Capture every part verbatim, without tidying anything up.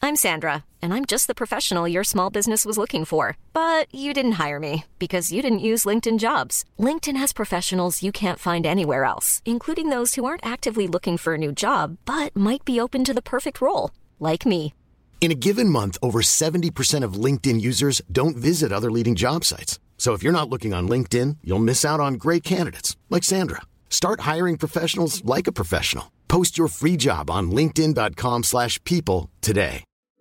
I'm Sandra, and I'm just the professional your small business was looking for. But you didn't hire me because you didn't use LinkedIn Jobs. LinkedIn has professionals you can't find anywhere else, including those who aren't actively looking for a new job, but might be open to the perfect role, like me. In a given month, over seventy percent of LinkedIn users don't visit other leading job sites. So if you're not looking on LinkedIn, you'll miss out on great candidates like Sandra. Start hiring professionals like a professional. Post your free job on linkedin.com slash people today.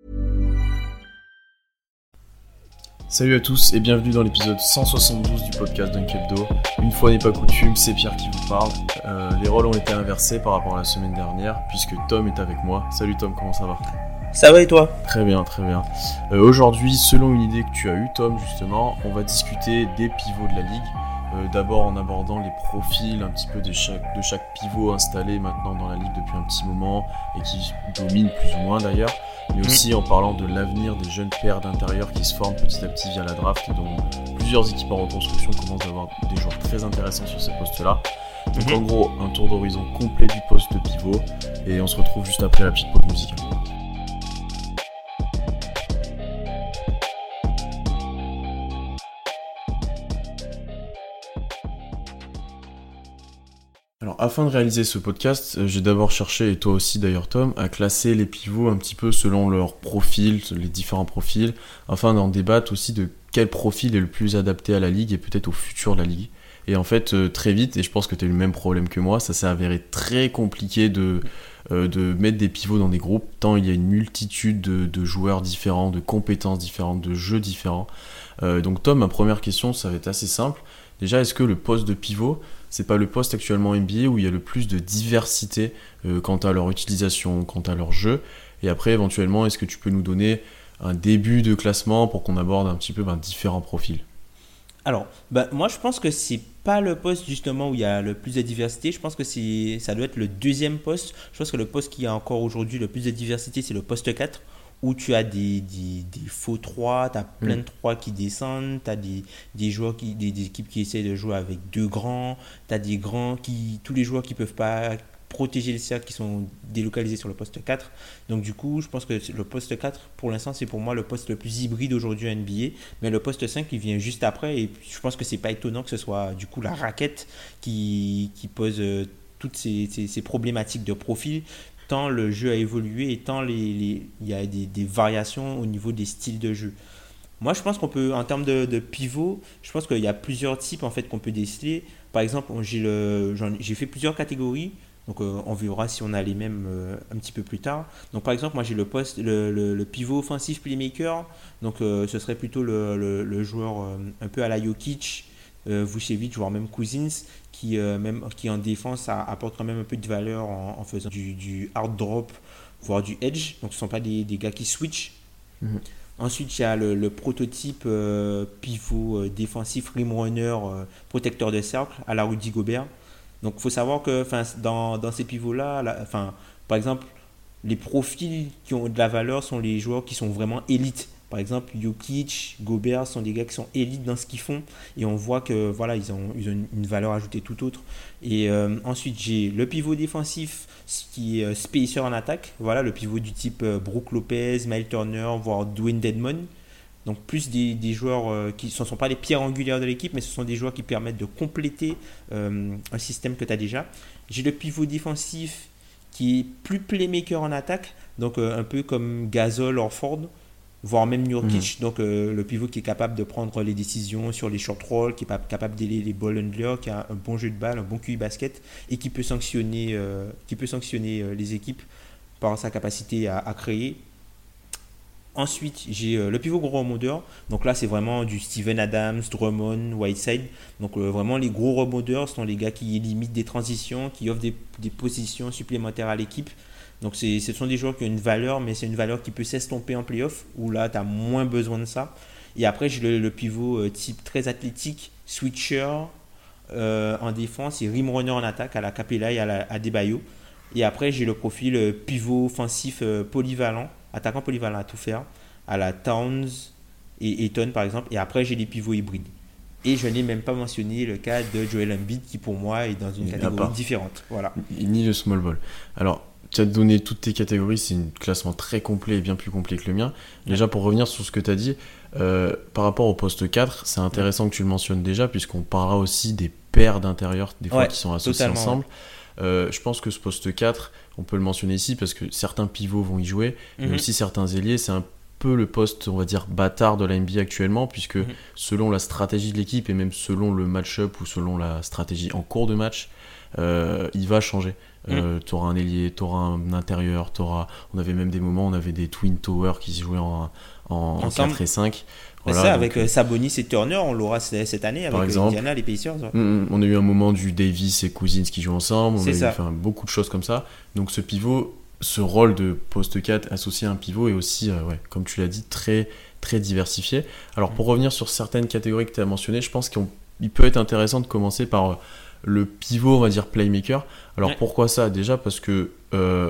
Salut à tous et bienvenue dans l'épisode cent soixante-douze du podcast Dunk Hebdo. Une fois n'est pas coutume, c'est Pierre qui vous parle. Euh, les rôles ont été inversés par rapport à la semaine dernière puisque Tom est avec moi. Salut Tom, comment ça va ? Ça va et toi ? Très bien, très bien. Euh, aujourd'hui, selon une idée que tu as eue Tom justement, on va discuter des pivots de la ligue. Euh, d'abord en abordant les profils un petit peu de chaque, de chaque pivot installé maintenant dans la ligue depuis un petit moment et qui domine plus ou moins d'ailleurs, mais aussi en parlant de l'avenir des jeunes paires d'intérieur qui se forment petit à petit via la draft et dont plusieurs équipes en reconstruction commencent à avoir des joueurs très intéressants sur ces postes-là. Donc en gros, un tour d'horizon complet du poste de pivot et on se retrouve juste après la petite pause musicale. Alors, afin de réaliser ce podcast, j'ai d'abord cherché, et toi aussi d'ailleurs Tom, à classer les pivots un petit peu selon leur profil, les différents profils, afin d'en débattre aussi de quel profil est le plus adapté à la ligue et peut-être au futur de la ligue. Et en fait, euh, très vite, et je pense que tu as eu le même problème que moi, ça s'est avéré très compliqué de, euh, de mettre des pivots dans des groupes, tant il y a une multitude de, de joueurs différents, de compétences différentes, de jeux différents. Euh, donc Tom, ma première question, ça va être assez simple. Déjà, est-ce que le poste de pivot, c'est pas le poste actuellement N B A où il y a le plus de diversité euh, quant à leur utilisation, quant à leur jeu ? Et après, éventuellement, est-ce que tu peux nous donner un début de classement pour qu'on aborde un petit peu ben, différents profils ? Alors, bah, moi je pense que c'est pas le poste justement où il y a le plus de diversité. Je pense que c'est, ça doit être le deuxième poste. Je pense que le poste qui a encore aujourd'hui le plus de diversité, c'est le poste quatre. Où tu as des, des, des faux trois, tu as plein de trois qui descendent, tu as des, des joueurs qui, des, des équipes qui essaient de jouer avec deux grands, tu as des grands qui, tous les joueurs qui ne peuvent pas protéger le cercle qui sont délocalisés sur le poste quatre. Donc du coup, je pense que le poste quatre, pour l'instant, c'est pour moi le poste le plus hybride aujourd'hui en N B A, mais le poste cinq, il vient juste après et je pense que c'est pas étonnant que ce soit du coup la raquette qui, qui pose euh, toutes ces, ces, ces problématiques de profil. Tant le jeu a évolué et tant les, les, il y a des, des variations au niveau des styles de jeu. Moi, je pense qu'on peut, en termes de, de pivot, je pense qu'il y a plusieurs types en fait, qu'on peut déceler. Par exemple, j'ai, le, j'ai fait plusieurs catégories. Donc, euh, on verra si on a les mêmes euh, un petit peu plus tard. Donc, par exemple, moi, j'ai le, poste, le, le, le pivot offensif playmaker. Donc, euh, ce serait plutôt le, le, le joueur euh, un peu à la Jokic, euh, Vucevic, voire même Cousins, qui, euh, même, qui en défense a, apporte quand même un peu de valeur en, en faisant du, du hard drop, voire du edge. Donc ce ne sont pas des, des gars qui switch. Mm-hmm. Ensuite, il y a le, le prototype euh, pivot euh, défensif, rim runner, euh, protecteur de cercle à la Rudy Gobert. Donc il faut savoir que dans, dans ces pivots-là, la, par exemple, les profils qui ont de la valeur sont les joueurs qui sont vraiment élites. Par exemple, Jokic, Gobert sont des gars qui sont élites dans ce qu'ils font et on voit que voilà, ils ont, ils ont une valeur ajoutée tout autre. Et euh, ensuite, j'ai le pivot défensif qui est euh, spacer en attaque. Voilà, le pivot du type euh, Brook Lopez, Miles Turner, voire Dwayne Dedmon. Donc plus des, des joueurs euh, qui ne sont pas les pierres angulaires de l'équipe, mais ce sont des joueurs qui permettent de compléter euh, un système que tu as déjà. J'ai le pivot défensif qui est plus playmaker en attaque, donc euh, un peu comme Gasol, Horford, voire même Nurkic, mmh. donc euh, le pivot qui est capable de prendre les décisions sur les short rolls, qui est capable d'aider les ball handlers, qui a un bon jeu de balle, un bon Q I basket et qui peut sanctionner, euh, qui peut sanctionner euh, les équipes par sa capacité à, à créer. Ensuite, j'ai euh, le pivot gros rebondeur. Donc là, c'est vraiment du Steven Adams, Drummond, Whiteside. Donc euh, vraiment, les gros rebondeurs sont les gars qui limitent des transitions, qui offrent des, des positions supplémentaires à l'équipe. Donc c'est, ce sont des joueurs qui ont une valeur, mais c'est une valeur qui peut s'estomper en playoff, où là, tu as moins besoin de ça. Et après, j'ai le, le pivot euh, type très athlétique, switcher euh, en défense et rim runner en attaque à la Capella et à la Adebayo. Et après, j'ai le profil euh, pivot offensif euh, polyvalent, attaquant polyvalent à tout faire, à la Towns et Ayton par exemple. Et après, j'ai les pivots hybrides. Et je n'ai même pas mentionné le cas de Joel Embiid qui pour moi est dans une catégorie différente. Voilà. Ni le small ball. Alors, tu as donné toutes tes catégories, c'est un classement très complet et bien plus complet que le mien. Déjà, pour revenir sur ce que tu as dit, euh, par rapport au poste quatre, c'est intéressant que tu le mentionnes déjà, puisqu'on parlera aussi des paires d'intérieur, des fois Ouais, qui sont associés ensemble. Ouais. Euh, je pense que ce poste quatre, on peut le mentionner ici, parce que certains pivots vont y jouer, mm-hmm. mais aussi certains ailiers, c'est un peu le poste, on va dire, bâtard de la N B A actuellement, puisque mm-hmm. selon la stratégie de l'équipe, et même selon le match-up, ou selon la stratégie en cours de match, euh, il va changer. Euh, mm. Tu auras un ailier, tu auras un intérieur, t'auras... on avait même des moments, on avait des Twin Towers qui se jouaient en, en, en quatre et cinq. Voilà, ça, donc, avec euh, Sabonis et Turner, on l'aura cette année avec exemple, Indiana, les Pacers. Ouais. Mm, on a eu un moment du Davis et Cousins qui jouent ensemble, on C'est a ça. eu enfin, beaucoup de choses comme ça. Donc ce pivot, ce rôle de poste quatre associé à un pivot est aussi, euh, ouais, comme tu l'as dit, très, très diversifié. Alors pour revenir sur certaines catégories que tu as mentionnées, je pense qu'il peut être intéressant de commencer par... Euh, le pivot, on va dire playmaker. Alors ouais. pourquoi ça ? Déjà parce que euh,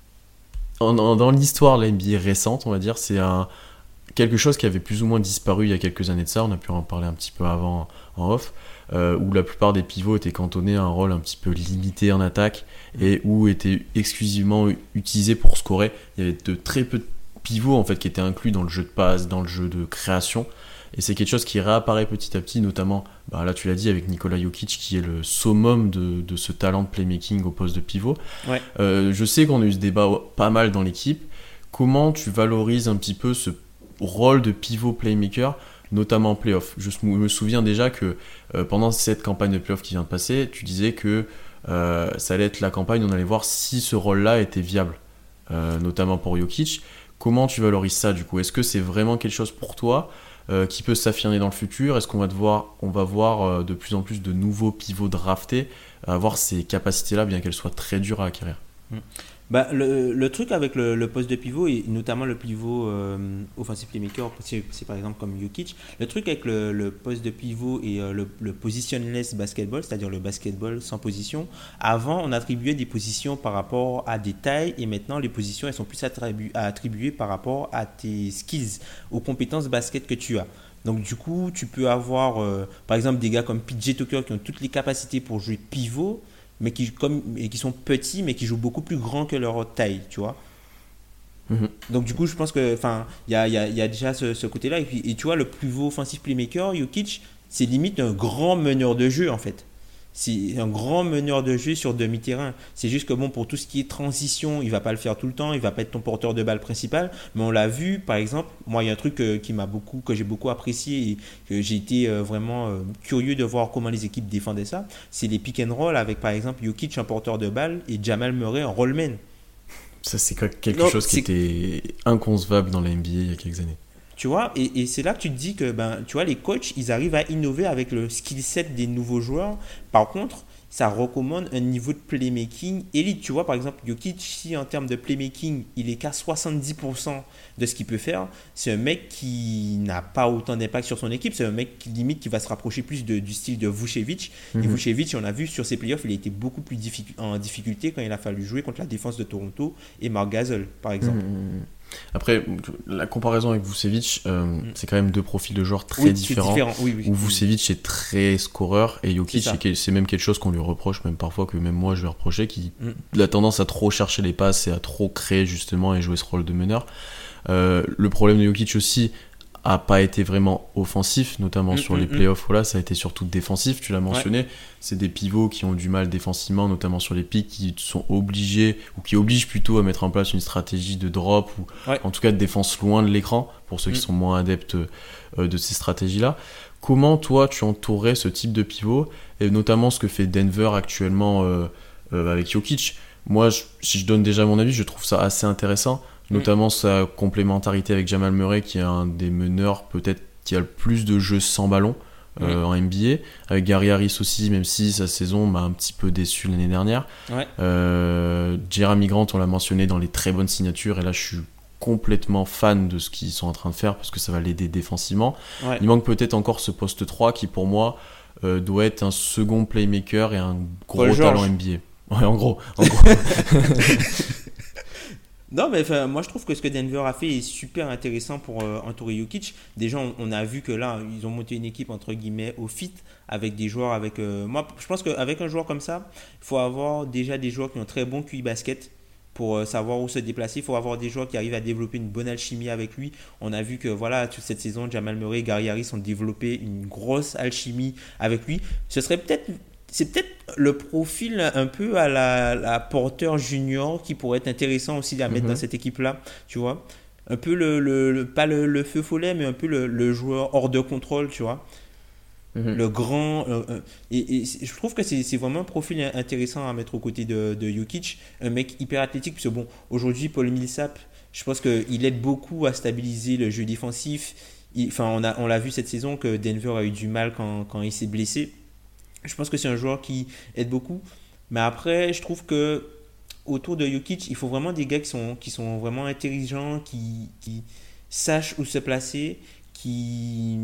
en, en, dans l'histoire de la N B A récente, on va dire, c'est un, quelque chose qui avait plus ou moins disparu il y a quelques années de ça. On a pu en parler un petit peu avant en off, euh, où la plupart des pivots étaient cantonnés à un rôle un petit peu limité en attaque et où étaient exclusivement utilisés pour scorer. Il y avait de très peu de pivots en fait qui étaient inclus dans le jeu de passe, dans le jeu de création. Et c'est quelque chose qui réapparaît petit à petit, notamment, bah là tu l'as dit, avec Nikola Jokic, qui est le summum de, de ce talent de playmaking au poste de pivot. Ouais. Euh, je sais qu'on a eu ce débat pas mal dans l'équipe. Comment tu valorises un petit peu ce rôle de pivot playmaker, notamment en playoff ? Je me souviens déjà que euh, pendant cette campagne de playoff qui vient de passer, tu disais que euh, ça allait être la campagne où on allait voir si ce rôle-là était viable, euh, notamment pour Jokic. Comment tu valorises ça du coup ? Est-ce que c'est vraiment quelque chose pour toi ? Euh, qui peut s'affirmer dans le futur ? Est-ce qu'on va devoir, on va voir euh, de plus en plus de nouveaux pivots draftés avoir ces capacités-là, bien qu'elles soient très dures à acquérir ? Mmh. Bah, le, le truc avec le, le poste de pivot, et notamment le pivot euh, offensive playmaker, c'est, c'est par exemple comme Jokic, le truc avec le, le poste de pivot et euh, le, le positionless basketball, c'est-à-dire le basketball sans position, avant on attribuait des positions par rapport à des tailles, et maintenant les positions elles sont plus attribu- attribuées par rapport à tes skills, aux compétences basket que tu as. Donc du coup tu peux avoir euh, par exemple des gars comme P J Tucker qui ont toutes les capacités pour jouer pivot, mais qui, comme, et qui sont petits, mais qui jouent beaucoup plus grand que leur taille, tu vois. Mm-hmm. Donc du coup, je pense que, enfin, il y a, y a, y a déjà ce, ce côté-là. Et puis, et tu vois, le plus beau offensive playmaker, Jokic, c'est limite un grand meneur de jeu, en fait. C'est un grand meneur de jeu sur demi-terrain. C'est juste que bon, pour tout ce qui est transition, il ne va pas le faire tout le temps, il ne va pas être ton porteur de balle principal. Mais on l'a vu, par exemple, moi, il y a un truc euh, qui m'a beaucoup, que j'ai beaucoup apprécié et que j'ai été euh, vraiment euh, curieux de voir comment les équipes défendaient ça. C'est les pick and roll avec, par exemple, Jokic en porteur de balle et Jamal Murray en rollman. Ça, c'est quelque non, chose qui c'est... était inconcevable dans la N B A il y a quelques années. Tu vois, et, et c'est là que tu te dis que ben, tu vois, les coachs, ils arrivent à innover avec le skill set des nouveaux joueurs. Par contre, ça recommande un niveau de playmaking élite. Tu vois, par exemple, Jokic, si en termes de playmaking, il est qu'à soixante-dix pour cent de ce qu'il peut faire, c'est un mec qui n'a pas autant d'impact sur son équipe. C'est un mec qui limite qui va se rapprocher plus de, du style de Vucevic. Mm-hmm. Et Vucevic, on a vu sur ses playoffs, il a été beaucoup plus difficu- en difficulté quand il a fallu jouer contre la défense de Toronto et Marc Gasol, par exemple. Mm-hmm. Après, la comparaison avec Vucevic, euh, mm. c'est quand même deux profils de joueurs très oui, différents. C'est différent. Oui, oui. Où Vucevic est très scoreur et Jokic, c'est, c'est, c'est même quelque chose qu'on lui reproche, même parfois que même moi je vais reprocher, qui mm. a tendance à trop chercher les passes et à trop créer justement et jouer ce rôle de meneur. Euh, le problème de Jokic aussi a pas été vraiment offensif, notamment mmh, sur mmh, les playoffs, voilà, ça a été surtout défensif, tu l'as mentionné. Ouais. C'est des pivots qui ont du mal défensivement, notamment sur les pics, qui sont obligés, ou qui obligent plutôt à mettre en place une stratégie de drop, ou ouais. en tout cas de défense loin de l'écran, pour ceux mmh. qui sont moins adeptes euh, de ces stratégies-là. Comment, toi, tu entourais ce type de pivot, et notamment ce que fait Denver actuellement euh, euh, avec Jokic. Moi, je, si je donne déjà mon avis, je trouve ça assez intéressant, notamment sa complémentarité avec Jamal Murray, qui est un des meneurs peut-être qui a le plus de jeux sans ballon euh, mmh. en N B A, avec Gary Harris aussi, même si sa saison m'a un petit peu déçu l'année dernière. Ouais. euh, Jeremy Grant, on l'a mentionné dans les très bonnes signatures, et là je suis complètement fan de ce qu'ils sont en train de faire parce que ça va l'aider défensivement. Ouais. Il manque peut-être encore ce poste trois qui pour moi euh, doit être un second playmaker et un gros Paul talent George. N B A. Ouais, en gros, en gros. Non, mais moi je trouve que ce que Denver a fait est super intéressant pour euh, entourer Jokic. Déjà, on, on a vu que là, ils ont monté une équipe entre guillemets au fit avec des joueurs avec. Euh, moi, je pense qu'avec un joueur comme ça, il faut avoir déjà des joueurs qui ont très bon Q I basket. pour euh, savoir où se déplacer. Il faut avoir des joueurs qui arrivent à développer une bonne alchimie avec lui. On a vu que voilà, toute cette saison, Jamal Murray et Gary Harris ont développé une grosse alchimie avec lui. Ce serait peut-être, c'est peut-être le profil un peu à la, la Porter Junior qui pourrait être intéressant aussi à mettre mm-hmm. dans cette équipe-là, tu vois. Un peu le, le, le pas le, le feu follet, mais un peu le, le joueur hors de contrôle, tu vois. Mm-hmm. Le grand euh, euh, et, et je trouve que c'est, c'est vraiment un profil intéressant à mettre aux côtés de, de Jokic, un mec hyper athlétique, parce que bon, aujourd'hui Paul Millsap, je pense qu'il aide beaucoup à stabiliser le jeu défensif. Il, enfin, on, a, on l'a vu cette saison que Denver a eu du mal quand, quand il s'est blessé. Je pense que c'est un joueur qui aide beaucoup, mais après je trouve que autour de Jokic, il faut vraiment des gars qui sont, qui sont vraiment intelligents, qui, qui sachent où se placer, qui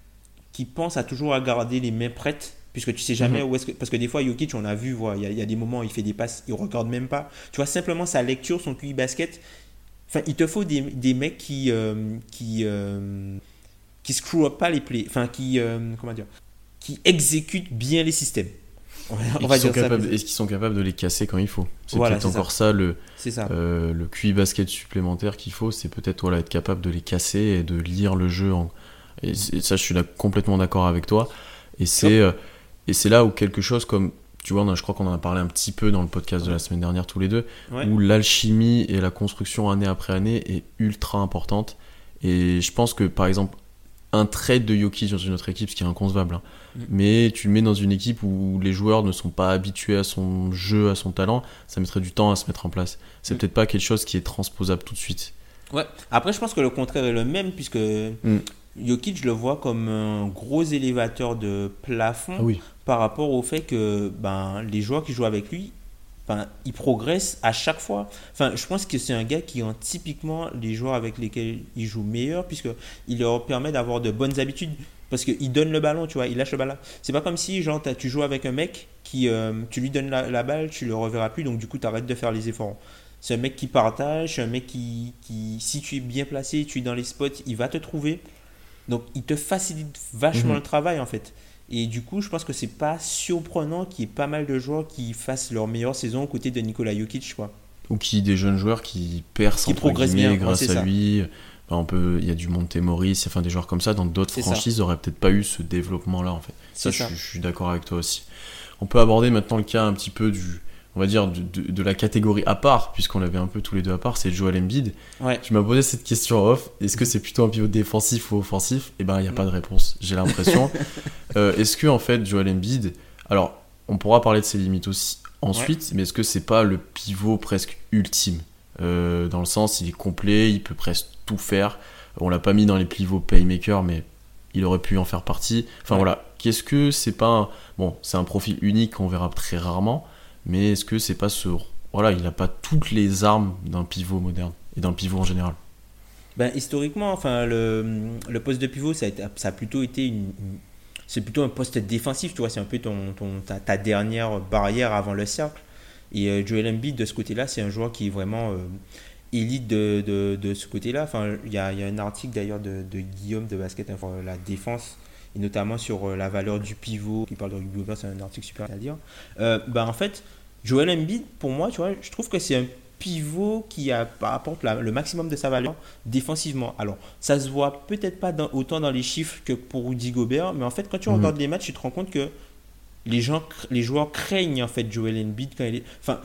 qui pense à toujours à garder les mains prêtes, puisque tu sais jamais mm-hmm. où est-ce que... Parce que des fois, Jokic, on a vu, il voilà, y, y a des moments où il fait des passes, il ne regarde même pas. Tu vois, simplement sa lecture, son Q I basket, enfin, il te faut des, des mecs qui euh, qui euh, qui screw up pas les plays, enfin, qui, euh, comment dire, qui exécutent bien les systèmes. On va, on va dire capables, ça. Est-ce qu'ils sont capables de les casser quand il faut ? C'est voilà, peut-être c'est encore ça, ça le, c'est ça. Euh, le Q I basket supplémentaire qu'il faut, c'est peut-être voilà, être capable de les casser et de lire le jeu en... Et, et ça, je suis là, complètement d'accord avec toi. Et c'est, euh, et c'est là où quelque chose comme, tu vois, on a, je crois qu'on en a parlé un petit peu dans le podcast ouais. de la semaine dernière tous les deux, ouais. où l'alchimie et la construction année après année est ultra importante. Et je pense que, par exemple, un trade de Jokic dans une autre équipe, ce qui est inconcevable, hein, mm. mais tu le mets dans une équipe où les joueurs ne sont pas habitués à son jeu, à son talent, ça mettrait du temps à se mettre en place. C'est mm. peut-être pas quelque chose qui est transposable tout de suite. Ouais. Après, je pense que le contraire est le même, puisque... Mm. Jokic, je le vois comme un gros élévateur de plafond ah oui. par rapport au fait que ben, les joueurs qui jouent avec lui, ben, ils progressent à chaque fois. Enfin, je pense que c'est un gars qui rend typiquement les joueurs avec lesquels il joue meilleurs, puisqu'il leur permet d'avoir de bonnes habitudes. Parce qu'il donne le ballon, tu vois, il lâche le ballon. C'est pas comme si genre, tu joues avec un mec, qui, euh, tu lui donnes la, la balle, tu le reverras plus, donc du coup, tu arrêtes de faire les efforts. C'est un mec qui partage, c'est un mec qui, qui, si tu es bien placé, tu es dans les spots, il va te trouver. Donc, il te facilite vachement mmh. le travail, en fait. Et du coup, je pense que c'est pas surprenant qu'il y ait pas mal de joueurs qui fassent leur meilleure saison aux côtés de Nikola Jokic, quoi. Ou qui des jeunes joueurs qui percent qui entre guillemets bien, grâce ouais, à ça. lui. Enfin, on peut, il y a du Monte Morris, enfin des joueurs comme ça. Dans d'autres c'est franchises, n'auraient peut-être pas eu ce développement-là, en fait. Ça, je, je suis d'accord avec toi aussi. On peut aborder maintenant le cas un petit peu du... on va dire, de, de, de la catégorie à part, puisqu'on l'avait un peu tous les deux à part, c'est Joel Embiid. Ouais. Tu m'as posé cette question off, est-ce que c'est plutôt un pivot défensif ou offensif ? Eh ben, il n'y a pas de réponse, j'ai l'impression. euh, est-ce que, en fait, Joel Embiid, alors, on pourra parler de ses limites aussi ensuite, ouais. mais est-ce que c'est pas le pivot presque ultime ? euh, Dans le sens, il est complet, il peut presque tout faire. On l'a pas mis dans les pivots playmakers, mais il aurait pu en faire partie. Enfin, ouais. voilà, qu'est-ce que c'est pas un... Bon, c'est un profil unique qu'on verra très rarement, mais est-ce que c'est pas ce... Voilà, il n'a pas toutes les armes d'un pivot moderne et d'un pivot en général. Ben, historiquement, enfin, le, le poste de pivot, ça a, été, ça a plutôt été une, une, c'est plutôt un poste défensif, tu vois, c'est un peu ton, ton, ta, ta dernière barrière avant le cercle. Et euh, Joel Embiid, de ce côté-là, c'est un joueur qui est vraiment euh, élite de, de, de ce côté-là. Enfin, il y a, y a un article d'ailleurs de, de Guillaume de Basket, enfin, la défense, et notamment sur euh, la valeur du pivot, qui parle de Rudy Gobert, c'est un article super à dire. Euh, ben, en fait, Joel Embiid, pour moi, tu vois, je trouve que c'est un pivot qui a, apporte la, le maximum de sa valeur défensivement. Alors, ça se voit peut-être pas dans, autant dans les chiffres que pour Rudy Gobert, mais en fait, quand tu mmh. regardes les matchs, tu te rends compte que les, gens, les joueurs craignent en fait Joel Embiid quand il est... Enfin,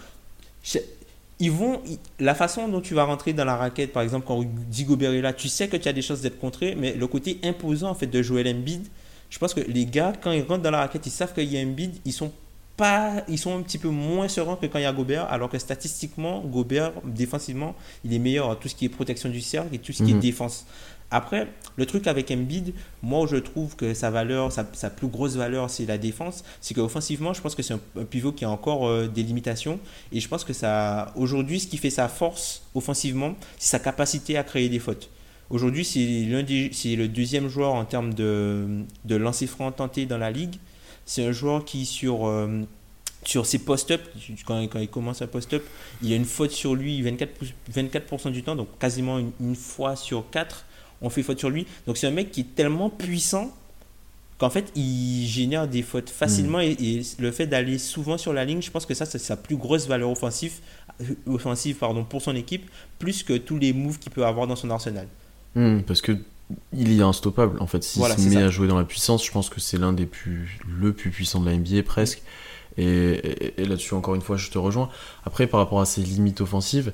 ils vont... La façon dont tu vas rentrer dans la raquette, par exemple, quand Rudy Gobert est là, tu sais que tu as des chances d'être contré, mais le côté imposant en fait de Joel Embiid, je pense que les gars, quand ils rentrent dans la raquette, ils savent qu'il y a Embiid, ils sont pas, ils sont un petit peu moins sereins que quand il y a Gobert, alors que statistiquement, Gobert, défensivement, il est meilleur à tout ce qui est protection du cercle et tout ce qui mmh. est défense. Après, le truc avec Embiid, moi où je trouve que sa valeur, sa, sa plus grosse valeur, c'est la défense, c'est qu'offensivement, je pense que c'est un, un pivot qui a encore euh, des limitations. Et je pense que ça, aujourd'hui, ce qui fait sa force offensivement, c'est sa capacité à créer des fautes. Aujourd'hui, c'est, l'un des, c'est le deuxième joueur en termes de, de lancer franc tenté dans la ligue. C'est un joueur qui, sur, euh, sur ses post-up, quand, quand il commence un post-up, il y a une faute sur lui vingt-quatre, vingt-quatre pour cent du temps, donc quasiment une, une fois sur quatre, on fait faute sur lui. Donc c'est un mec qui est tellement puissant qu'en fait, il génère des fautes facilement. Mmh. Et, et le fait d'aller souvent sur la ligne, je pense que ça, c'est sa plus grosse valeur offensive, euh, offensive pardon, pour son équipe, plus que tous les moves qu'il peut avoir dans son arsenal. Mmh, parce que il est instoppable. En fait, s'il voilà, se met ça. à jouer dans la puissance, je pense que c'est l'un des plus, le plus puissant de la N B A presque. Mmh. Et, et, et là-dessus, encore une fois, je te rejoins. Après, par rapport à ses limites offensives,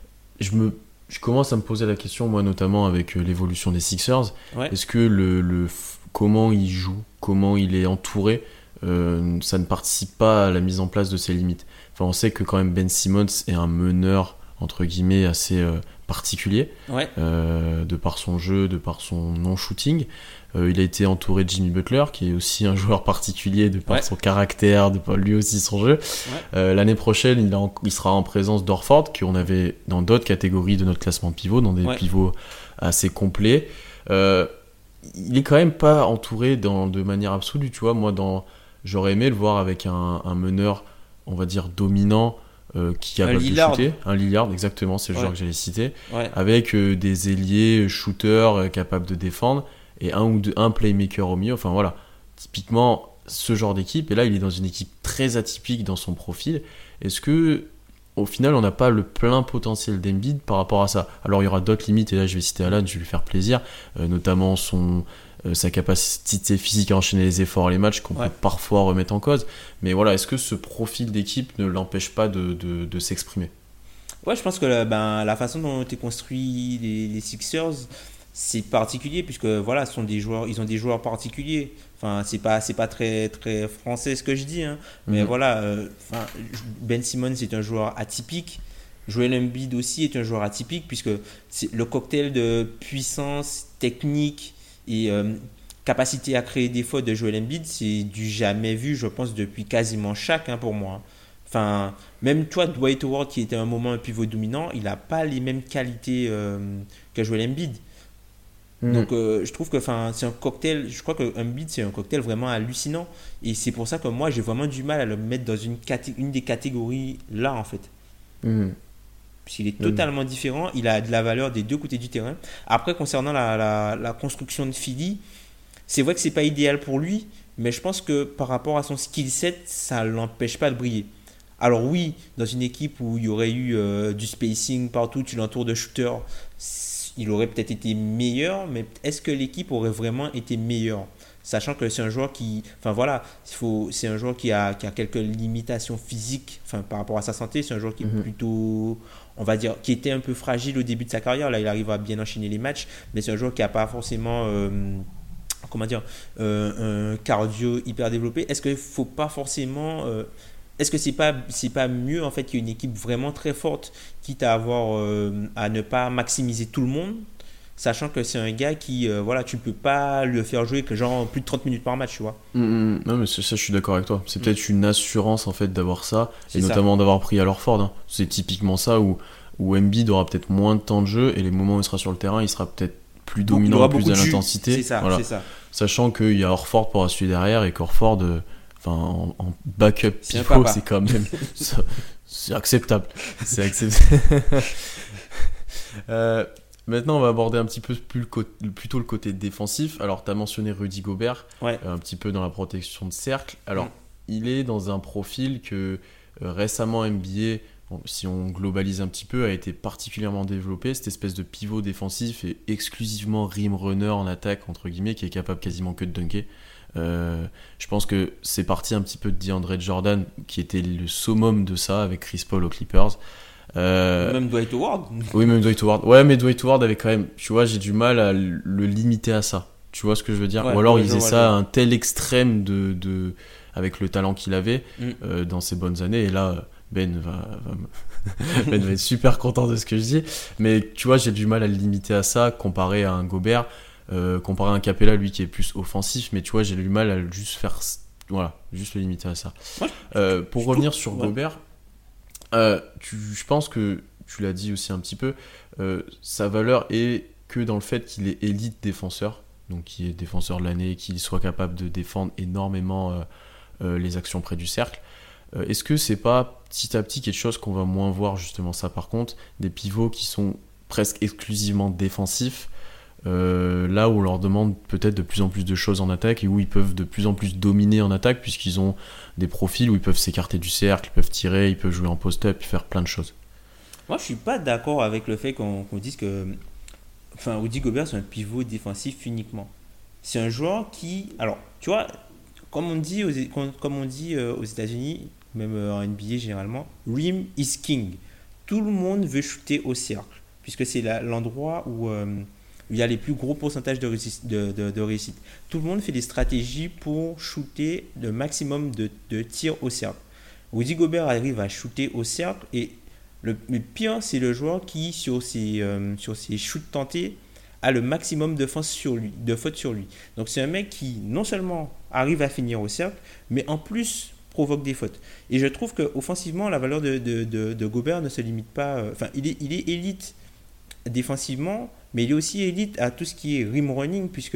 je me Je commence à me poser la question, moi notamment avec l'évolution des Sixers. Ouais. Est-ce que le, le, comment il joue, comment il est entouré, euh, ça ne participe pas à la mise en place de ses limites. Enfin, on sait que quand même Ben Simmons est un meneur, entre guillemets, assez euh, particulier, ouais. euh, de par son jeu, de par son non-shooting. Euh, il a été entouré de Jimmy Butler, qui est aussi un joueur particulier de par ouais. son caractère, de par lui aussi son jeu. Ouais. Euh, l'année prochaine, il, a en, il sera en présence d'Horford, qu'on avait dans d'autres catégories de notre classement pivot, dans des ouais. pivots assez complets. Euh, il est quand même pas entouré dans, de manière absolue, tu vois. Moi, dans, j'aurais aimé le voir avec un, un meneur, on va dire, dominant, Euh, qui est capable de shooter, un Lillard, exactement, c'est le ouais. joueur que j'allais citer, ouais. avec euh, des ailiers shooters euh, capables de défendre et un ou deux, un playmaker au milieu. Enfin voilà, typiquement ce genre d'équipe. Et là, il est dans une équipe très atypique dans son profil. Est-ce que au final, on n'a pas le plein potentiel d'Embiid par rapport à ça? Alors il y aura d'autres limites, et là je vais citer Alan, je vais lui faire plaisir, euh, notamment son Euh, sa capacité physique à enchaîner les efforts et les matchs qu'on ouais. peut parfois remettre en cause. Mais voilà, est-ce que ce profil d'équipe ne l'empêche pas de, de, de s'exprimer? Ouais, je pense que la, ben, la façon dont est construit les, les Sixers, c'est particulier, puisque voilà, ce sont des joueurs, ils ont des joueurs particuliers. Enfin, c'est pas, c'est pas très, très français ce que je dis, hein. Mais mmh. voilà, euh, Ben Simmons est un joueur atypique. Joel Embiid aussi est un joueur atypique, puisque c'est le cocktail de puissance, technique et euh, capacité à créer des fautes de Joel Embiid, c'est du jamais vu, je pense, depuis quasiment chaque, hein, pour moi. Enfin, même toi, Dwight Howard, qui était à un moment un pivot dominant, il n'a pas les mêmes qualités euh, que Joel Embiid. Mmh. Donc, euh, je trouve que c'est un cocktail, je crois que Embiid, c'est un cocktail vraiment hallucinant. Et c'est pour ça que moi, j'ai vraiment du mal à le mettre dans une, caté- une des catégories là, en fait. Mmh. Puisqu'il est totalement mmh. différent, il a de la valeur des deux côtés du terrain. Après, concernant la, la, la construction de Philly, c'est vrai que c'est pas idéal pour lui, mais je pense que par rapport à son skill set, ça l'empêche pas de briller. Alors oui, dans une équipe où il y aurait eu euh, du spacing partout, tu l'entoures de shooters, il aurait peut-être été meilleur, mais est-ce que l'équipe aurait vraiment été meilleure? Sachant que c'est un joueur qui, enfin voilà, il faut, c'est un joueur qui a, qui a quelques limitations physiques, enfin par rapport à sa santé, c'est un joueur qui est mmh. plutôt, on va dire, qui était un peu fragile au début de sa carrière. Là, il arrive à bien enchaîner les matchs, mais c'est un joueur qui n'a pas forcément, euh, comment dire, euh, un cardio hyper développé. Est-ce qu'il faut pas forcément, euh, est-ce que c'est pas, c'est pas mieux en fait qu'il y ait une équipe vraiment très forte, quitte à avoir, euh, à ne pas maximiser tout le monde? Sachant que c'est un gars qui, euh, voilà, tu peux pas le faire jouer que genre plus de trente minutes par match, tu vois. Mmh, non, mais ça, je suis d'accord avec toi. C'est mmh. peut-être une assurance, en fait, d'avoir ça, c'est et ça. Notamment d'avoir pris Al Horford. Hein. C'est typiquement ça où, où Embiid aura peut-être moins de temps de jeu, et les moments où il sera sur le terrain, il sera peut-être plus dominant, plus à l'intensité. C'est ça, voilà. c'est ça. Sachant qu'il y a Horford pour assurer derrière, et qu'Horford, euh, en, en backup pivot, c'est quand même... ça, c'est acceptable. C'est acceptable. euh... Maintenant, on va aborder un petit peu plus le co- plutôt le côté défensif. Alors, tu as mentionné Rudy Gobert, ouais. euh, un petit peu dans la protection de cercle. Alors, mmh. il est dans un profil que euh, récemment N B A, bon, si on globalise un petit peu, a été particulièrement développé. Cette espèce de pivot défensif et exclusivement rim runner en attaque, entre guillemets, qui est capable quasiment que de dunker. Euh, je pense que c'est parti un petit peu de DeAndre Jordan, qui était le summum de ça avec Chris Paul aux Clippers. Euh... Même Dwight Howard. Oui, même Dwight Howard. Ouais, mais Dwight Howard avait quand même, tu vois, j'ai du mal à le limiter à ça. Tu vois ce que je veux dire? Ouais, Ou alors il faisait ça à un tel extrême de, de, avec le talent qu'il avait mm. euh, dans ses bonnes années. Et là, Ben va, va, Ben va être super content de ce que je dis. Mais tu vois, j'ai du mal à le limiter à ça comparé à un Gobert, euh, comparé à un Capella, lui qui est plus offensif. Mais tu vois, j'ai du mal à juste faire, voilà, juste le limiter à ça. Ouais, euh, pour revenir trouve, sur ouais. Gobert. Euh, tu, je pense que tu l'as dit aussi un petit peu, euh, sa valeur est que dans le fait qu'il est élite défenseur, donc qu'il est défenseur de l'année, qu'il soit capable de défendre énormément euh, euh, les actions près du cercle. Euh, est-ce que c'est pas petit à petit quelque chose qu'on va moins voir justement ça par contre, des pivots qui sont presque exclusivement défensifs, Euh, là où on leur demande peut-être de plus en plus de choses en attaque et où ils peuvent de plus en plus dominer en attaque puisqu'ils ont des profils où ils peuvent s'écarter du cercle, ils peuvent tirer, ils peuvent jouer en post-up, faire plein de choses. Moi, je suis pas d'accord avec le fait qu'on, qu'on dise que, enfin, Rudy Gobert c'est un pivot défensif uniquement. C'est un joueur qui, alors, tu vois, comme on dit aux, comme on dit euh, aux États-Unis, même euh, en N B A généralement, rim is king. Tout le monde veut shooter au cercle puisque c'est la, l'endroit où euh, il y a les plus gros pourcentages de réussite, de, de, de réussite. Tout le monde fait des stratégies pour shooter le maximum de, de tirs au cercle. Rudy Gobert arrive à shooter au cercle et le, le pire, c'est le joueur qui, sur ses, euh, sur ses shoots tentés, a le maximum de fautes sur lui, de fautes sur lui. Donc c'est un mec qui non seulement arrive à finir au cercle, mais en plus provoque des fautes. Et je trouve qu'offensivement, la valeur de, de, de, de Gobert ne se limite pas... Euh, enfin, il est, il est élite défensivement, mais il est aussi élite à tout ce qui est rim running, puisque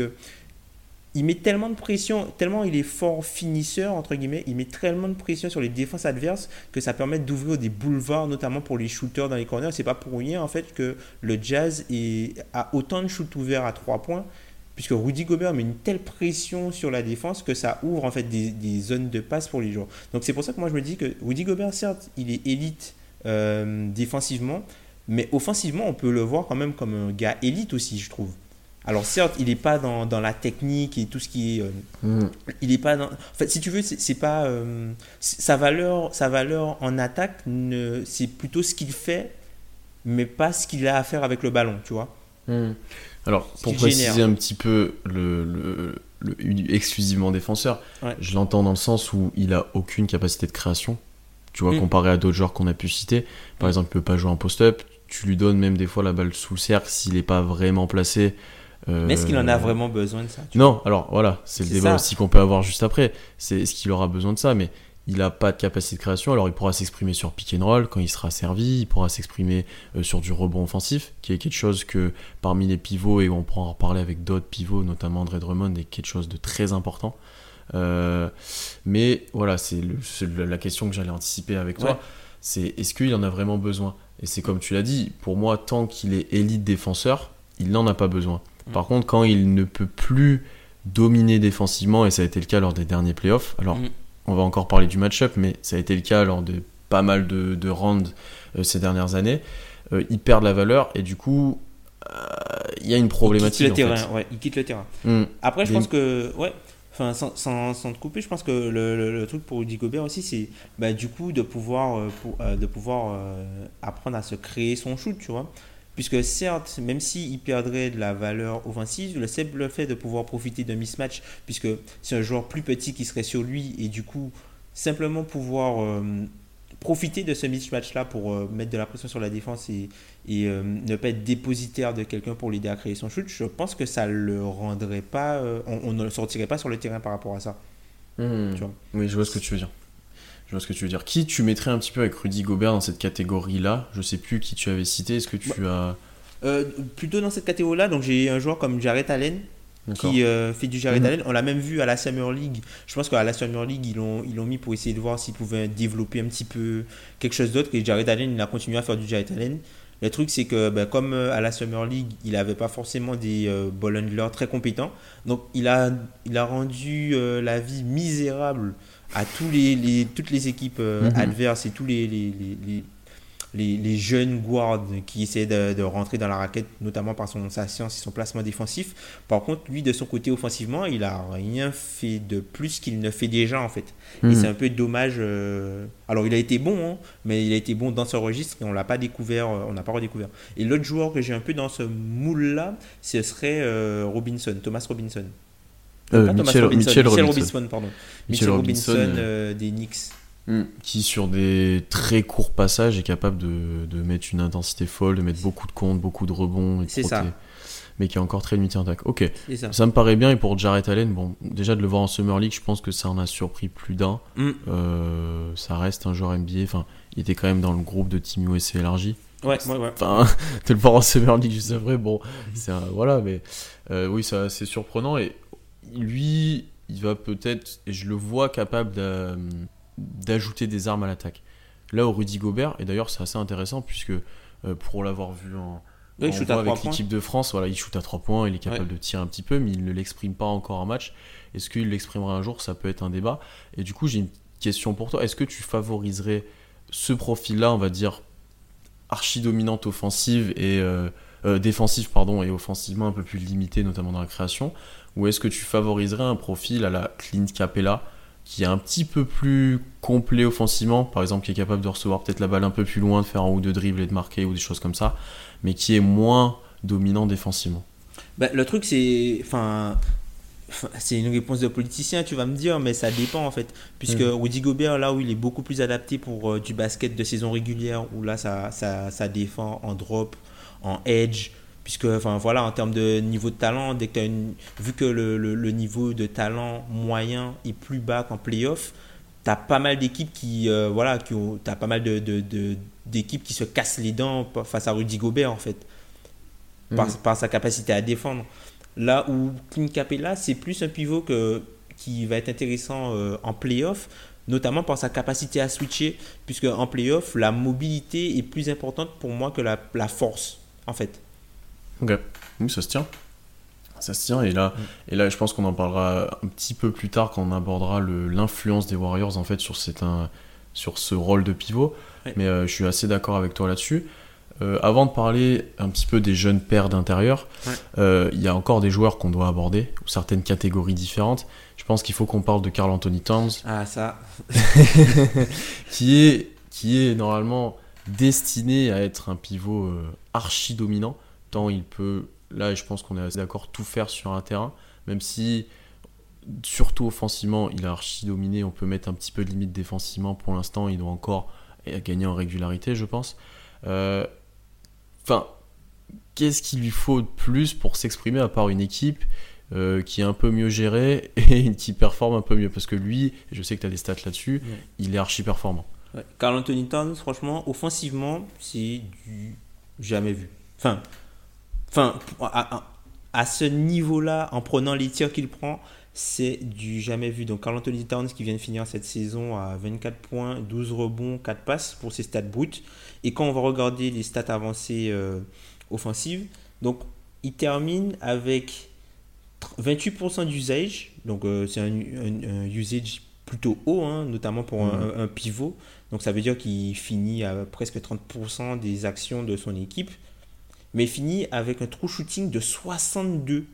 il met tellement de pression, tellement il est fort finisseur, entre guillemets, il met tellement de pression sur les défenses adverses que ça permet d'ouvrir des boulevards, notamment pour les shooters dans les corners. C'est pas pour rien, en fait, que le Jazz est, a autant de shoots ouverts à trois points, puisque Rudy Gobert met une telle pression sur la défense que ça ouvre, en fait, des, des zones de passe pour les joueurs. Donc c'est pour ça que moi je me dis que Rudy Gobert, certes, il est élite euh, défensivement, mais offensivement, on peut le voir quand même comme un gars élite aussi, je trouve. Alors certes, il n'est pas dans, dans la technique et tout ce qui est... Euh, mm. Il n'est pas dans... En fait, si tu veux, c'est, c'est pas... Euh, c'est, sa, valeur, sa valeur en attaque, ne, c'est plutôt ce qu'il fait, mais pas ce qu'il a à faire avec le ballon, tu vois. Mm. Alors, pour préciser génère. un petit peu le, le, le, le exclusivement défenseur, ouais. Je l'entends dans le sens où il n'a aucune capacité de création. Tu vois, mm. comparé à d'autres joueurs qu'on a pu citer. Par mm. exemple, il ne peut pas jouer en post-up. Tu lui donnes même des fois la balle sous le cercle s'il n'est pas vraiment placé. Euh... Mais est-ce qu'il en a vraiment besoin de ça? Non, vois alors voilà, c'est, c'est le débat ça. Aussi qu'on peut avoir juste après. C'est est-ce qu'il aura besoin de ça? Mais il n'a pas de capacité de création, alors il pourra s'exprimer sur pick and roll quand il sera servi, il pourra s'exprimer euh, sur du rebond offensif, qui est quelque chose que parmi les pivots, et on pourra en reparler avec d'autres pivots, notamment Andre Drummond, est quelque chose de très important. Euh, mais voilà, c'est, le, c'est la question que j'allais anticiper avec toi, ouais. C'est est-ce qu'il en a vraiment besoin? Et c'est comme tu l'as dit, pour moi, tant qu'il est élite défenseur, il n'en a pas besoin. Par contre, quand il ne peut plus dominer défensivement, et ça a été le cas lors des derniers playoffs, alors mmh. on va encore parler du match-up, mais ça a été le cas lors de pas mal de, de rounds euh, ces dernières années, euh, il perd de la valeur et du coup, il euh, y a une problématique. Il quitte le en terrain, fait. ouais, il quitte le terrain. Mmh. Après, je Des... pense que, ouais, enfin, sans, sans, sans te couper, je pense que le, le, le truc pour Rudy Gobert aussi, c'est bah, du coup de pouvoir, euh, pour, euh, de pouvoir euh, apprendre à se créer son shoot, tu vois. Puisque certes, même s'il perdrait de la valeur offensive, le simple fait de pouvoir profiter d'un mismatch, puisque c'est un joueur plus petit qui serait sur lui, et du coup, simplement pouvoir euh, profiter de ce mismatch-là pour euh, mettre de la pression sur la défense et, et euh, ne pas être dépositaire de quelqu'un pour l'aider à créer son shoot, je pense que ça ne le rendrait pas, euh, on, on ne le sortirait pas sur le terrain par rapport à ça. Mmh. Tu vois. Oui, je vois ce que tu veux dire. Je vois ce que tu veux dire. Qui tu mettrais un petit peu avec Rudy Gobert dans cette catégorie-là? Je sais plus qui tu avais cité. Est-ce que tu bah, as... Euh, plutôt dans cette catégorie-là, donc j'ai un joueur comme Jarrett Allen. D'accord. Qui euh, fait du Jarrett mmh. Allen. On l'a même vu à la Summer League. Je pense qu'à la Summer League, ils l'ont, ils l'ont mis pour essayer de voir s'ils pouvaient développer un petit peu quelque chose d'autre. Et Jarrett Allen, il a continué à faire du Jarrett Allen. Le truc, c'est que ben, comme euh, à la Summer League, il n'avait pas forcément des euh, ball handlers très compétents. Donc, il a, il a rendu euh, la vie misérable à tous les, les, toutes les équipes euh, mm-hmm. adverses et tous les, les, les, les, les, les jeunes guards qui essaient de, de rentrer dans la raquette, notamment par son, sa science et son placement défensif. Par contre, lui, de son côté offensivement, il n'a rien fait de plus qu'il ne fait déjà, en fait. Mm-hmm. Et c'est un peu dommage. Euh... Alors, il a été bon, hein, mais il a été bon dans ce registre et on ne l'a pas découvert. On n'a pas redécouvert. Et l'autre joueur que j'ai un peu dans ce moule-là, ce serait euh, Robinson, Thomas Robinson. Euh, Mitchell, Robinson, Mitchell Robinson. Robinson, pardon. Mitchell, Mitchell Robinson, Robinson euh, des Knicks. Qui, sur des très courts passages, est capable de, de mettre une intensité folle, de mettre beaucoup de comptes, beaucoup de rebonds. Et de c'est frotter, ça. Mais qui est encore très limité en attaque. Ok, ça. ça me paraît bien. Et pour Jarrett Allen, bon, déjà de le voir en Summer League, je pense que ça en a surpris plus d'un. Mm. Euh, ça reste un joueur N B A. Enfin, il était quand même dans le groupe de Team U S A élargi. Ouais, ouais, ouais. Enfin, de le voir en Summer League juste après, bon, c'est un, voilà, mais euh, oui, ça, c'est surprenant. Et lui, il va peut-être, et je le vois capable d'a, d'ajouter des armes à l'attaque. Là où Rudy Gobert, et d'ailleurs c'est assez intéressant puisque euh, pour l'avoir vu en, Oui, il on shoot voit à trois avec points. l'équipe de France, voilà, il shoot à trois points, il est capable Ouais. de tirer un petit peu, mais il ne l'exprime pas encore en match. Est-ce qu'il l'exprimera un jour? Ça peut être un débat. Et du coup, j'ai une question pour toi. Est-ce que tu favoriserais ce profil-là, on va dire, archi-dominante offensive et euh, euh, défensive, pardon, et offensivement un peu plus limité, notamment dans la création? Ou est-ce que tu favoriserais un profil à la Clint Capella, qui est un petit peu plus complet offensivement, par exemple, qui est capable de recevoir peut-être la balle un peu plus loin, de faire un ou deux dribbles et de marquer ou des choses comme ça, mais qui est moins dominant défensivement? Bah, le truc, c'est. Enfin. Enfin, c'est une réponse de politicien, tu vas me dire, mais ça dépend en fait. Puisque Mm. Rudy Gobert, là où il est beaucoup plus adapté pour euh, du basket de saison régulière, où là ça, ça, ça défend en drop, en edge. Puisque, enfin voilà, en termes de niveau de talent, dès que t'as une, vu que le, le, le niveau de talent moyen est plus bas qu'en playoff, tu as pas mal d'équipes qui, euh, voilà, qui ont, t'as pas mal de, de, de- d'équipes qui se cassent les dents face à Rudy Gobert en fait, par, Mm. par sa capacité à défendre. Là où Clint Capella, c'est plus un pivot que, qui va être intéressant euh, en playoff, notamment par sa capacité à switcher, puisque en playoff, la mobilité est plus importante pour moi que la, la force, en fait. Ok, oui, ça se tient. Ça se tient, et là, Mm. et là je pense qu'on en parlera un petit peu plus tard quand on abordera le- l'influence des Warriors en fait sur, cet, un- sur ce rôle de pivot. Ouais. Mais euh, je suis assez d'accord avec toi là-dessus. Euh, avant de parler un petit peu des jeunes paires d'intérieur, Ouais. euh, il y a encore des joueurs qu'on doit aborder, ou certaines catégories différentes. Je pense qu'il faut qu'on parle de Karl Anthony Towns, Ah, ça. qui est, qui est normalement destiné à être un pivot euh, archi dominant, tant il peut, là je pense qu'on est assez d'accord, tout faire sur un terrain, même si surtout offensivement il a archi dominé, on peut mettre un petit peu de limite défensivement pour l'instant, il doit encore gagner en régularité je pense. Euh, Enfin, qu'est-ce qu'il lui faut de plus pour s'exprimer à part une équipe euh, qui est un peu mieux gérée et qui performe un peu mieux? Parce que lui, je sais que tu as des stats là-dessus, Ouais. il est archi performant. Ouais. Karl Anthony Towns, franchement, offensivement, c'est du jamais vu. Enfin, enfin à, à- à ce niveau-là, en prenant les tirs qu'il prend, c'est du jamais vu. Donc, Karl Anthony Towns qui vient de finir cette saison à vingt-quatre points, douze rebonds, quatre passes pour ses stats brutes. Et quand on va regarder les stats avancées euh, offensives, donc il termine avec vingt-huit pour cent d'usage. Donc, euh, c'est un, un- un usage plutôt haut, hein, notamment pour un, Mhm. un- un pivot. Donc, ça veut dire qu'il finit à presque trente pour cent des actions de son équipe. Mais il finit avec un true shooting de soixante-deux.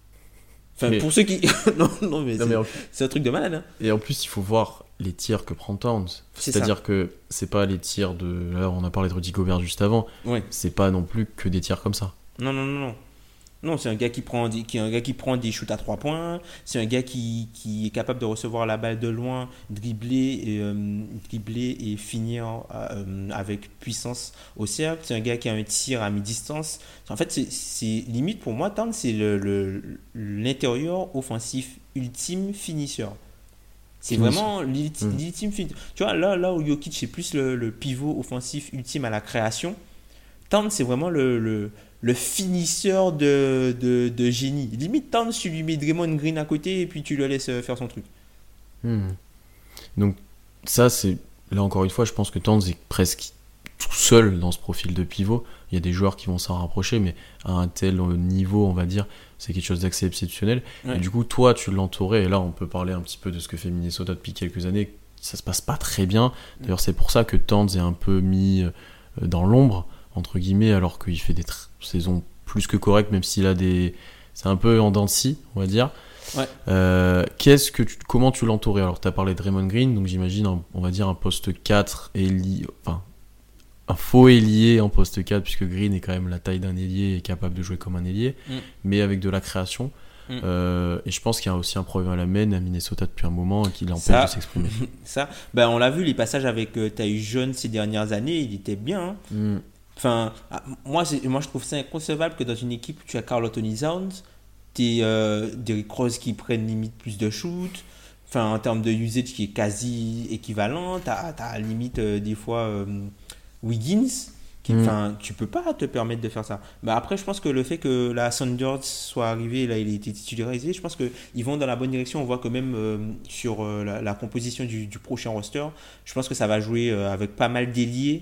Enfin, Mais- pour ceux qui. non, non, mais Non, c'est mais en- c'est un truc de malade. Hein. Et en plus, il faut voir les tirs que prend Towns. C'est C'est-à-dire que c'est pas les tirs de. Là, on a parlé de Rudy Gobert juste avant. Ouais. C'est pas non plus que des tirs comme ça. Non, non, non, non. Non, c'est un gars qui prend des, qui est un gars qui prend des shoots à trois points. C'est un gars qui, qui est capable de recevoir la balle de loin, dribbler et, euh, dribbler et finir euh, avec puissance au cercle. C'est un gars qui a un tir à mi-distance. En fait, c'est, c'est limite pour moi, Towns, c'est le, le- l'intérieur offensif ultime finisseur. C'est Finisseur. vraiment l'ulti- Mm. l'ultime finisseur. Tu vois, là, là où Jokic, c'est plus le, le pivot offensif ultime à la création. Towns, c'est vraiment le, le, le finisseur de, de, de génie. Limite, Towns, tu lui mets Draymond Green à côté et puis tu le laisses faire son truc. Hmm. Donc, ça, c'est. Là, encore une fois, je pense que Towns est presque tout seul dans ce profil de pivot. Il y a des joueurs qui vont s'en rapprocher, mais à un tel niveau, on va dire, c'est quelque chose d'assez exceptionnel. Ouais. Et du coup, toi, tu l'entourais, et là, on peut parler un petit peu de ce que fait Minnesota depuis quelques années. Ça se passe pas très bien. D'ailleurs, c'est pour ça que Towns est un peu mis euh, dans l'ombre, entre guillemets, alors qu'il fait des tr- saisons plus que correctes, même s'il a des. C'est un peu en dents de scie, on va dire. Ouais. Euh, qu'est-ce que tu, comment tu l'entourais? Alors, tu as parlé de Draymond Green, donc j'imagine, un- on va dire, un poste quatre, ailier, enfin, un faux ailier en poste quatre, puisque Green est quand même la taille d'un ailier et capable de jouer comme un ailier, Mm. mais avec de la création. Mm. Euh, et je pense qu'il y a aussi un problème à la main à Minnesota depuis un moment et qui l'empêche Ça- de s'exprimer. Ça, ben, on l'a vu, les passages avec euh, Tyus Jones ces dernières années, il était bien. Hein. Mm. Enfin, ah, moi, c'est, moi, je trouve ça inconcevable que dans une équipe où tu as Karl Anthony Towns, tu euh, Derrick Rose qui prennent limite plus de shoot. Enfin, en termes de usage qui est quasi équivalent. Tu as limite euh, des fois euh, Wiggins. Qui, Mm. enfin, tu peux pas te permettre de faire ça. Mais après, je pense que le fait que la Saunders soit arrivé, là, il a été titularisé, je pense qu'ils vont dans la bonne direction. On voit que même euh, sur euh, la, la composition du, du prochain roster, je pense que ça va jouer euh, avec pas mal d'ailiers.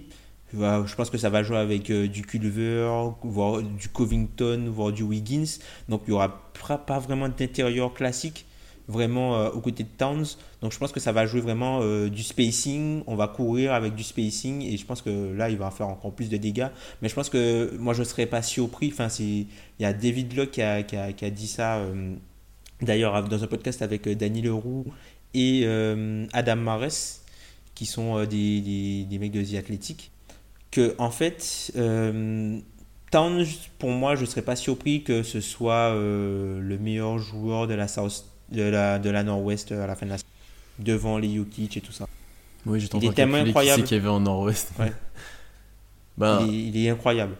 Je pense que ça va jouer avec euh, du Culver, voire du Covington, voire du Wiggins. Donc il n'y aura pas vraiment d'intérieur classique, vraiment euh, aux côtés de Towns. Donc je pense que ça va jouer vraiment euh, du spacing. On va courir avec du spacing et je pense que là, il va faire encore plus de dégâts. Mais je pense que moi, je ne serais pas surpris. Enfin, c'est... il y a David Locke qui a, qui a, qui a dit ça, euh, d'ailleurs, dans un podcast avec euh, Danny Leroux et euh, Adam Mares, qui sont euh, des, des, des mecs de The Athletic. Que en fait, euh, Towns, pour moi, je ne serais pas surpris que ce soit euh, le meilleur joueur de la, South, de la, de la Nord-Ouest à la fin de la saison, devant les Jokic et tout ça. Oui, j'étais en il train est tellement de incroyable. Qui c'est qu'il y avait en Nord-Ouest. Ouais. ben, il, est, il est incroyable.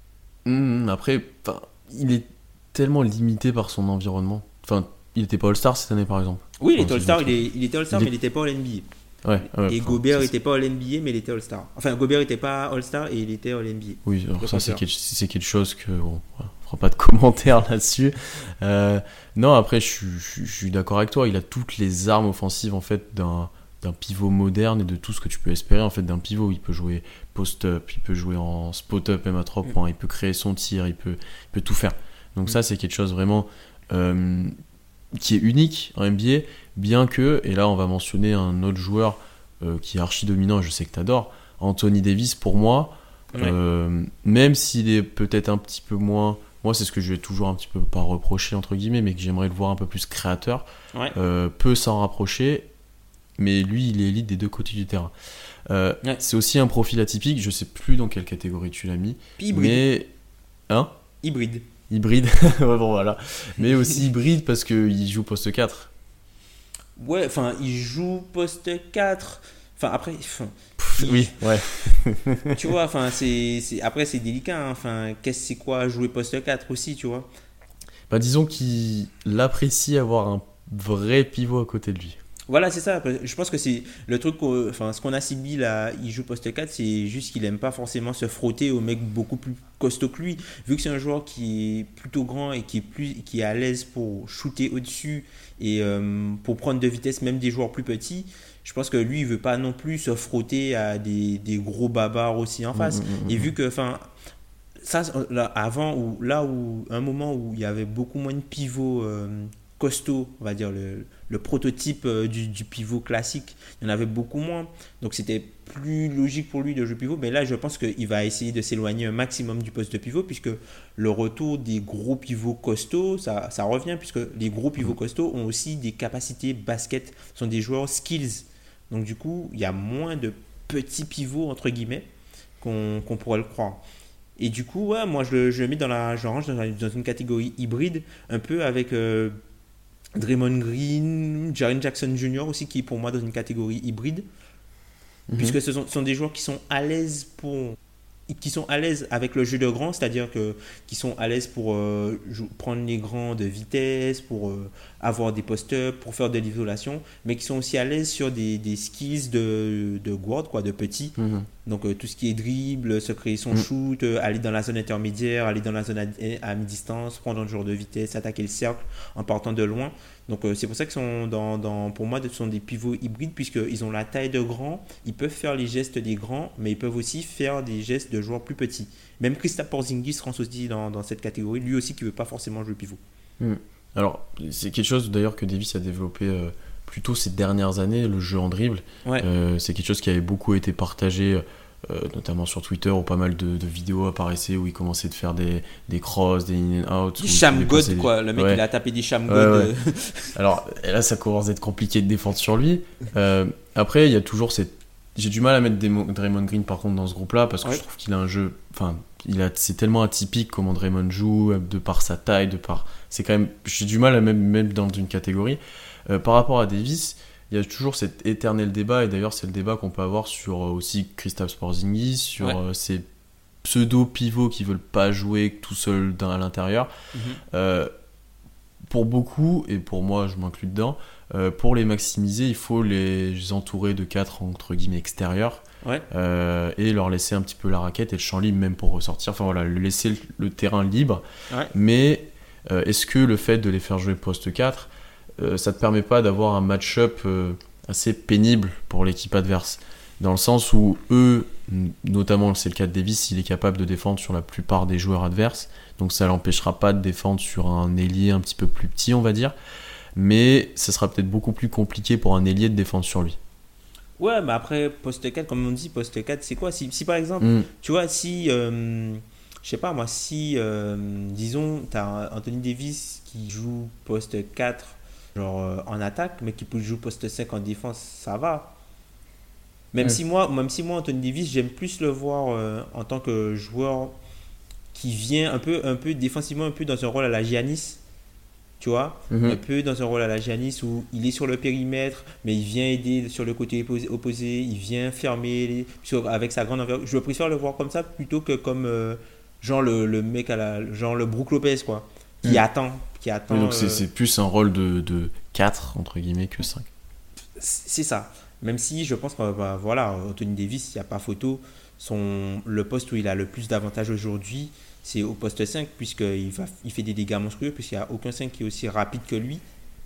Hum, après, il est tellement limité par son environnement. Enfin, il n'était pas All-Star cette année, par exemple. Oui, il enfin, était All-Star, il, est, il était All-Star, il mais il n'était pas All-N B A. Ouais, ouais, et enfin, Gobert n'était pas All-N B A, mais il était All-Star. Enfin, Gobert n'était pas All-Star et il était All-N B A. Oui, alors ça, c'est quelque, c'est quelque chose que. Bon, on ne fera pas de commentaires là-dessus. Euh, non, après, je, je, je suis d'accord avec toi. Il a toutes les armes offensives, en fait, d'un, d'un pivot moderne et de tout ce que tu peux espérer, en fait, d'un pivot. Il peut jouer post-up, il peut jouer en spot-up, même à trois points, mm. il peut créer son tir, il peut, il peut tout faire. Donc, mm. ça, c'est quelque chose vraiment. Euh, qui est unique en N B A, bien que, et là on va mentionner un autre joueur euh, qui est archi dominant, je sais que tu adores, Anthony Davis, pour moi, ouais. euh, même s'il est peut-être un petit peu moins, moi c'est ce que je vais toujours un petit peu pas reprocher entre guillemets, mais que j'aimerais le voir un peu plus créateur, ouais. euh, peut s'en rapprocher, mais lui il est élite des deux côtés du terrain. Euh, ouais. C'est aussi un profil atypique, je sais plus dans quelle catégorie tu l'as mis, hybride. mais... Hein Hybride. Hybride, ouais, bon voilà. Mais aussi hybride parce qu'il joue poste quatre. Ouais, enfin, il joue poste quatre. Enfin, après. Enfin, Pff, il... Oui, ouais. Tu vois, enfin, c'est, c'est... après, c'est délicat. Hein. Enfin, qu'est-ce c'est quoi jouer poste quatre aussi, tu vois. Bah, disons qu'il apprécie avoir un vrai pivot à côté de lui. Voilà, c'est ça. Je pense que c'est le truc, enfin, ce qu'on a subi là, il joue poste quatre, c'est juste qu'il aime pas forcément se frotter aux mecs beaucoup plus costauds que lui. Vu que c'est un joueur qui est plutôt grand et qui est, plus, qui est à l'aise pour shooter au-dessus et euh, pour prendre de vitesse, même des joueurs plus petits, je pense que lui, il veut pas non plus se frotter à des, des gros babards aussi en face. Mmh, mmh, et vu que, enfin, ça, là, avant, ou là où, un moment où il y avait beaucoup moins de pivots euh, costauds, on va dire, le. Le prototype euh, du, du pivot classique, il y en avait beaucoup moins. Donc, c'était plus logique pour lui de jouer pivot. Mais là, je pense qu'il va essayer de s'éloigner un maximum du poste de pivot puisque le retour des gros pivots costauds, ça, ça revient puisque les gros pivots costauds ont aussi des capacités basket, sont des joueurs skills. Donc, du coup, il y a moins de petits pivots, entre guillemets, qu'on, qu'on pourrait le croire. Et du coup, ouais, moi, je, je le mets dans la, je range dans, la, dans une catégorie hybride, un peu avec... Euh, Draymond Green, Jaren Jackson Junior aussi, qui est pour moi dans une catégorie hybride, mm-hmm. puisque ce sont, sont des joueurs qui sont à l'aise pour, qui sont à l'aise avec le jeu de grand, c'est-à-dire que qui sont à l'aise pour euh, prendre les grands de vitesse, pour euh, avoir des post-up, pour faire de l'isolation, mais qui sont aussi à l'aise sur des, des skills de, de guard, quoi, de petits. Mm-hmm. Donc euh, tout ce qui est dribble, se créer son mm. shoot, euh, aller dans la zone intermédiaire, aller dans la zone à, à mi-distance, prendre un joueur de vitesse, attaquer le cercle en partant de loin. Donc euh, c'est pour ça qu'ils sont dans, dans, pour moi, ce sont des pivots hybrides puisqu'ils ont la taille de grands, ils peuvent faire les gestes des grands, mais ils peuvent aussi faire des gestes de joueurs plus petits. Même Kristaps Porzingis rentre aussi dans, dans cette catégorie, lui aussi qui ne veut pas forcément jouer pivot. Mm. Alors c'est quelque chose d'ailleurs que Davis a développé euh, plutôt ces dernières années, le jeu en dribble. Ouais. Euh, c'est quelque chose qui avait beaucoup été partagé. Euh, notamment sur Twitter où pas mal de, de vidéos apparaissaient où il commençait de faire des, des crosses, des in and out. Des sham god quoi, le mec ouais. il a tapé des sham god. Ouais, ouais. Alors là ça commence à être compliqué de défendre sur lui. Euh, après il y a toujours cette... J'ai du mal à mettre Draymond Green par contre dans ce groupe là parce que ouais. je trouve qu'il a un jeu... Enfin, il a... c'est tellement atypique comment Draymond joue, de par sa taille, de par... C'est quand même... J'ai du mal à même mettre dans une catégorie. Euh, par rapport à Davis... Il y a toujours cet éternel débat, et d'ailleurs c'est le débat qu'on peut avoir sur euh, aussi Kristaps Porzingis, sur ouais. euh, ces pseudo-pivots qui veulent pas jouer tout seul dans, à l'intérieur. Mm-hmm. Euh, pour beaucoup, et pour moi je m'inclus dedans, euh, pour les maximiser, il faut les entourer de quatre entre guillemets extérieurs, ouais. euh, et leur laisser un petit peu la raquette et le champ libre même pour ressortir, enfin voilà, laisser le, le terrain libre. Ouais. Mais euh, est-ce que le fait de les faire jouer poste quatre, Euh, ça te permet pas d'avoir un match-up euh, assez pénible pour l'équipe adverse. dans le sens où eux, notamment c'est le cas de Davis, il est capable de défendre sur la plupart des joueurs adverses, donc ça l'empêchera pas de défendre sur un ailier un petit peu plus petit, on va dire, mais ça sera peut-être beaucoup plus compliqué pour un ailier de défendre sur lui. Ouais, mais après, poste quatre, comme on dit, poste quatre, c'est quoi si, si par exemple, Mm. tu vois, si, euh, je sais pas moi, si, euh, disons, tu as Anthony Davis qui joue poste quatre, genre euh, en attaque, mais qui peut jouer poste cinq en défense, ça va. Même, Mm. si moi, même si moi, Anthony Davis, j'aime plus le voir euh, en tant que joueur qui vient un peu, un peu défensivement, un peu dans un rôle à la Giannis. Tu vois, Mhm. un peu dans un rôle à la Giannis où il est sur le périmètre, mais il vient aider sur le côté opposé, opposé, il vient fermer les, sur- avec sa grande envergure. Je préfère le voir comme ça plutôt que comme euh, genre le, le mec à la, genre le Brook Lopez quoi, qui Mm. attend, qui attend. Oui, donc c'est, euh, c'est plus un rôle de, de quatre, entre guillemets, que cinq. c'est ça. Même si je pense que bah, voilà, Anthony Davis, il n'y a pas photo. Son, le poste où il a le plus d'avantages aujourd'hui, c'est au poste cinq, puisqu'il va, il fait des dégâts monstrueux, puisqu'il n'y a aucun cinq qui est aussi rapide que lui.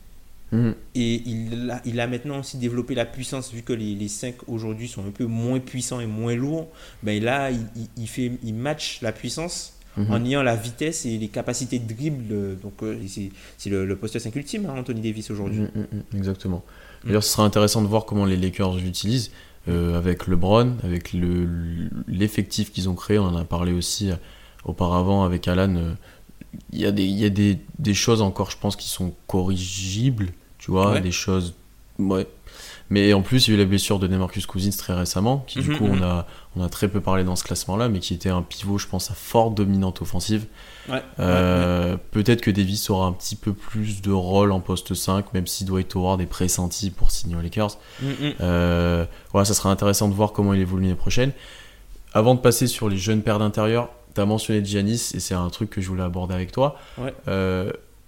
Mhm. Et il a, il a maintenant aussi développé la puissance, vu que les, les cinq aujourd'hui sont un peu moins puissants et moins lourds. Ben là, il, il, il fait, il match la puissance Mhm. en ayant la vitesse et les capacités de dribble. Donc, euh, c'est, c'est le, le poste cinq ultime, hein, Anthony Davis aujourd'hui. Mm, mm, mm, exactement. D'ailleurs, ce sera intéressant de voir comment les Lakers l'utilisent euh, avec LeBron, avec le, l'effectif qu'ils ont créé. On en a parlé aussi euh, auparavant avec Alan. euh, Il y a, des, il y a des, des choses encore, je pense, qui sont corrigibles, tu vois, Ouais. des choses... Ouais. Mais en plus, il y a eu la blessure de DeMarcus Cousins très récemment, qui du Mhm, coup, mhm. on a, on a très peu parlé dans ce classement-là, mais qui était un pivot, je pense, à forte dominante offensive. Ouais, Euh, ouais, Peut-être que Davis aura un petit peu plus de rôle en poste cinq, même si Dwight Howard est pressenti pour signer aux Lakers. ouais. Mm, mm. Euh, voilà, ça sera intéressant de voir comment il évolue l'année prochaine. Avant de passer sur les jeunes paires d'intérieur, tu as mentionné Giannis, et c'est un truc que je voulais aborder avec toi. Ouais. Euh,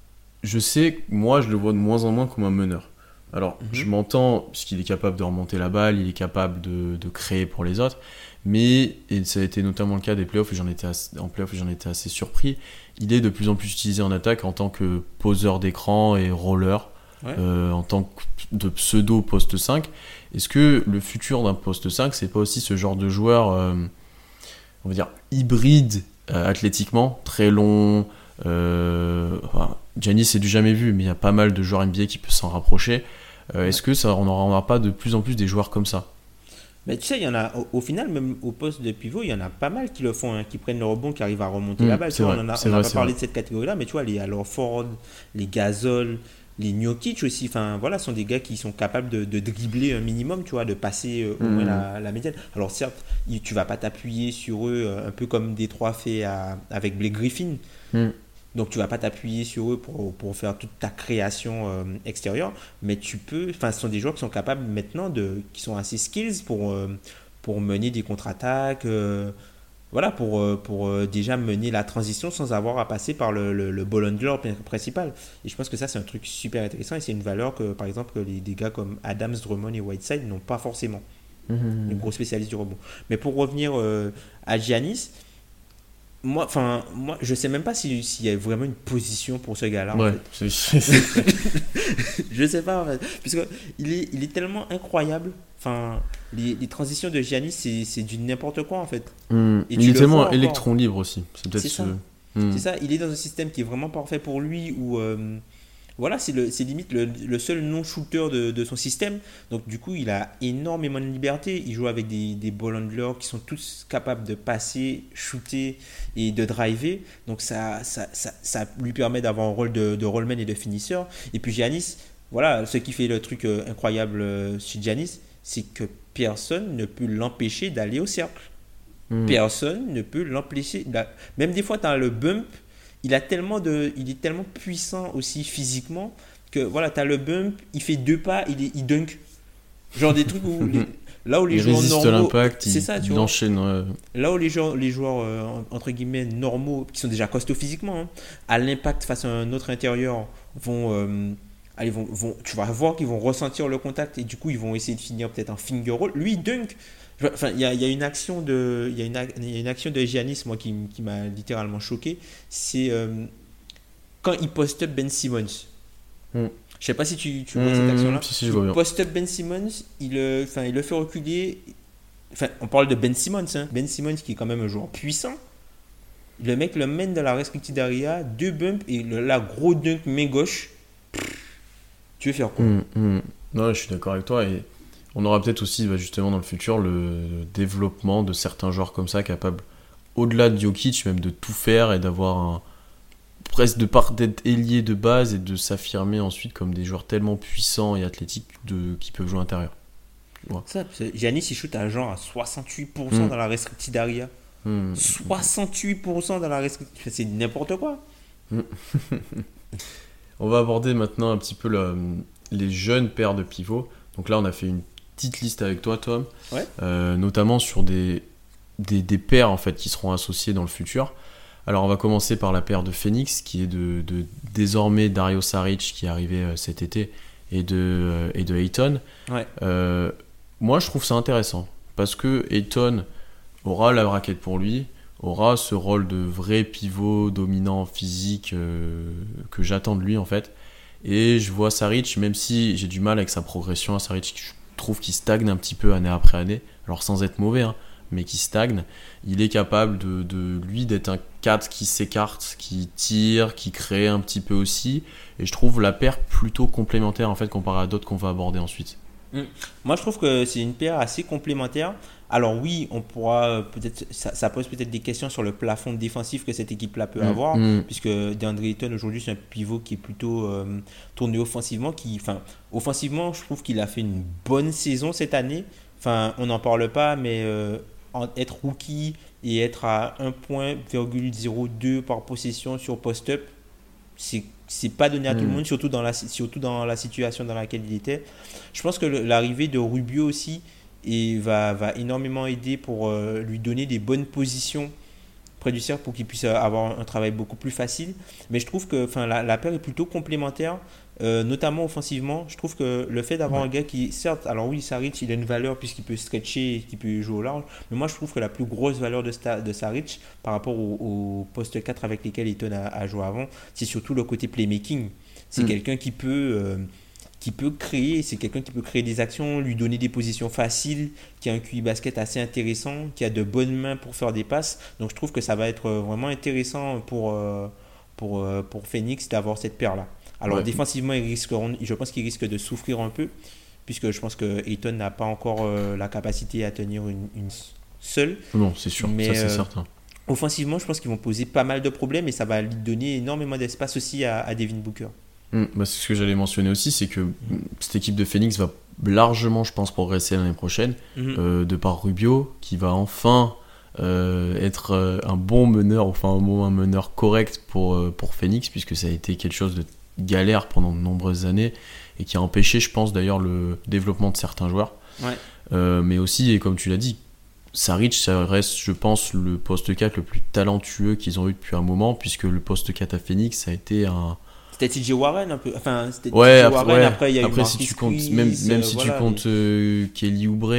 je sais que moi, je le vois de moins en moins comme un meneur. Alors, Mhm. je m'entends, puisqu'il est capable de remonter la balle, il est capable de, de créer pour les autres, mais, et ça a été notamment le cas des playoffs, et j'en étais assez, en playoffs, et j'en étais assez surpris, il est de plus en plus utilisé en attaque en tant que poseur d'écran et roller, Ouais. euh, en tant que de pseudo poste cinq. Est-ce que le futur d'un poste cinq, c'est pas aussi ce genre de joueur, euh, on va dire, hybride euh, athlétiquement, très long, euh, enfin, Giannis c'est du jamais vu, mais il y a pas mal de joueurs N B A qui peuvent s'en rapprocher. Euh, Est-ce que ça, on n'aura on aura pas de plus en plus des joueurs comme ça? Mais tu sais, il y en a, au, au final, même au poste de pivot, il y en a pas mal qui le font, hein, qui prennent le rebond, qui arrivent à remonter Mmh, la balle. c'est Tu vois, vrai, on en a, c'est on n'a vrai, pas c'est parlé vrai. de cette catégorie-là, mais tu vois, les, alors Ford, les Gasol, les Jokic aussi, enfin voilà, sont des gars qui sont capables de, de dribbler un minimum, tu vois, de passer euh, au Mmh. moins la, la médiane. Alors certes, il- tu vas pas t'appuyer sur eux, euh, un peu comme Détroit fait à- avec Blake Griffin. Mmh. Donc tu vas pas t'appuyer sur eux pour, pour faire toute ta création euh, extérieure, mais tu peux, enfin ce sont des joueurs qui sont capables maintenant de, qui sont assez skills pour, euh, pour mener des contre-attaques, euh, voilà, pour, euh, pour euh, déjà mener la transition sans avoir à passer par le, le, le ball handler principal. Et je pense que ça c'est un truc super intéressant et c'est une valeur que par exemple que les, des gars comme Adams, Drummond et Whiteside n'ont pas forcément, Mmh. les gros spécialistes du rebond. Mais pour revenir euh, à Giannis, moi, enfin, moi, je sais même pas si- s'il y a vraiment une position pour ce gars-là. En Ouais, fait. c'est, c'est- Je sais pas en fait, puisque il est, il est tellement incroyable. Enfin, les, les transitions de Giannis, c'est, c'est du n'importe quoi en fait. Mmh. Et Il tu est le tellement vois encore. électron libre aussi. C'est peut-être C'est ce... ça. Mmh. C'est ça. Il est dans un système qui est vraiment parfait pour lui où. euh, voilà, c'est, le, c'est limite le, le seul non-shooter de, de son système. Donc, du coup, il a énormément de liberté. Il joue avec des, des ball handlers qui sont tous capables de passer, shooter et de driver. Donc, ça, ça, ça, ça lui permet d'avoir un rôle de, de rollman et de finisseur. Et puis, Giannis, voilà, ce qui fait le truc euh, incroyable euh, chez Giannis, c'est que personne ne peut l'empêcher d'aller au cercle. Mmh. Personne ne peut l'empêcher. d'a- Même des fois, tu as le bump. Il, a tellement de, il est tellement puissant aussi physiquement que voilà, tu as le bump, il fait deux pas, il, est- il dunk. Genre des trucs où. les- là où les Il joueurs résiste à normaux. l'impact, C'est il, ça, tu il vois. enchaîne. ouais. Là où les joueurs, les joueurs euh, entre guillemets normaux, qui sont déjà costauds physiquement, hein, à l'impact face à un autre intérieur, vont, euh, allez, vont, vont, tu vas voir qu'ils vont ressentir le contact et du coup ils vont essayer de finir peut-être en finger roll. Lui, il dunk. Je- Enfin, il y a, il y a une action de, il y a une, ac- il y a une action de Giannis, moi, qui, m- qui m'a littéralement choqué. C'est euh, quand il post-up Ben Simmons. Mm. Je sais pas si tu, tu vois Mmh, cette action-là. si, si, je vois bien. Il post-up Ben Simmons, il, euh, enfin, il le fait reculer Enfin, on parle de Ben Simmons. Hein. Ben Simmons qui est quand même un joueur puissant. Le mec le mène dans la restricted area, deux bumps et le, la gros dunk main gauche. Tu veux faire quoi? Mmh, mmh. Non, je suis d'accord avec toi. Et on aura peut-être aussi, bah, justement, dans le futur, le développement de certains joueurs comme ça, capables, au-delà de Jokic, même de tout faire et d'avoir un. Presque de part d'être ailier de base et de s'affirmer ensuite comme des joueurs tellement puissants et athlétiques de, qui peuvent jouer à l'intérieur. Ouais. Ça, Giannis, il shoot à genre à soixante-huit pour cent mmh. dans la restricted area. Mmh. soixante-huit pour cent dans la restricted area. C'est n'importe quoi. Mmh. On va aborder maintenant un petit peu le, les jeunes paires de pivots. Donc là, on a fait une petite liste avec toi, Tom. Ouais. Euh, notamment sur des, des, des paires en fait, qui seront associées dans le futur. Alors, on va commencer par la paire de Phoenix, qui est de, de désormais Dario Saric, qui est arrivé euh, cet été, et de, euh, et de Ayton. Ouais. Euh, moi, je trouve ça intéressant, parce que Ayton aura la raquette pour lui, aura ce rôle de vrai pivot dominant physique euh, que j'attends de lui, en fait. Et je vois Saric, même si j'ai du mal avec sa progression, Saric, je trouve qu'il stagne un petit peu année après année, alors sans être mauvais, hein, mais qui stagne, il est capable de, de lui d'être un quatre qui s'écarte, qui tire, qui crée un petit peu aussi, et je trouve la paire plutôt complémentaire en fait comparé à d'autres qu'on va aborder ensuite. Mmh. Moi je trouve que c'est une paire assez complémentaire. Alors oui, on pourra peut-être ça, ça pose peut-être des questions sur le plafond défensif que cette équipe-là peut mmh. avoir, mmh. puisque DeAndre Ayton aujourd'hui c'est un pivot qui est plutôt euh, tourné offensivement, qui, enfin offensivement je trouve qu'il a fait une bonne saison cette année. Enfin on n'en parle pas, mais euh, être rookie et être à un virgule zéro deux par possession sur post-up, c'est, c'est pas donné à mmh. tout le monde, surtout dans, la, surtout dans la situation dans laquelle il était. Je pense que le, l'arrivée de Rubio aussi et va, va énormément aider pour euh, lui donner des bonnes positions près du cercle pour qu'il puisse avoir un travail beaucoup plus facile. Mais je trouve que la, la paire est plutôt complémentaire. Euh, notamment offensivement, je trouve que le fait d'avoir ouais. un gars qui, certes, alors oui, Saric, il a une valeur puisqu'il peut stretcher et qu'il peut jouer au large, mais moi je trouve que la plus grosse valeur de, Sta- de Saric par rapport au, au poste quatre avec lesquels Ayton a, a joué avant, c'est surtout le côté playmaking. C'est mm. quelqu'un qui peut, euh, qui peut créer, c'est quelqu'un qui peut créer des actions, lui donner des positions faciles, qui a un Q I basket assez intéressant, qui a de bonnes mains pour faire des passes. Donc je trouve que ça va être vraiment intéressant pour, euh, pour, euh, pour Phoenix d'avoir cette paire-là. Alors ouais. défensivement, ils risqueront, je pense qu'ils risquent de souffrir un peu, puisque je pense que Ayton n'a pas encore euh, la capacité à tenir une, une seule. Non, c'est sûr, mais, ça c'est euh, certain. Offensivement, je pense qu'ils vont poser pas mal de problèmes et ça va lui donner énormément d'espace aussi à, à Devin Booker. Mmh, bah c'est ce que j'allais mentionner aussi, c'est que mmh. cette équipe de Phoenix va largement, je pense, progresser l'année prochaine, mmh. euh, de par Rubio, qui va enfin euh, être euh, un bon meneur, enfin au moins un meneur correct pour, euh, pour Phoenix, puisque ça a été quelque chose de galère pendant de nombreuses années et qui a empêché, je pense d'ailleurs, le développement de certains joueurs. Ouais. Euh, mais aussi, et comme tu l'as dit, Saric, ça reste, je pense, le poste quatre le plus talentueux qu'ils ont eu depuis un moment, puisque le poste quatre à Phoenix, ça a été un... C'était T J Warren un peu, enfin c'était ouais, T J après, Warren, ouais. après il y a après, eu si Marquis tu comptes, Chris, même, même euh, si voilà, tu comptes mais... euh, Kelly Oubre,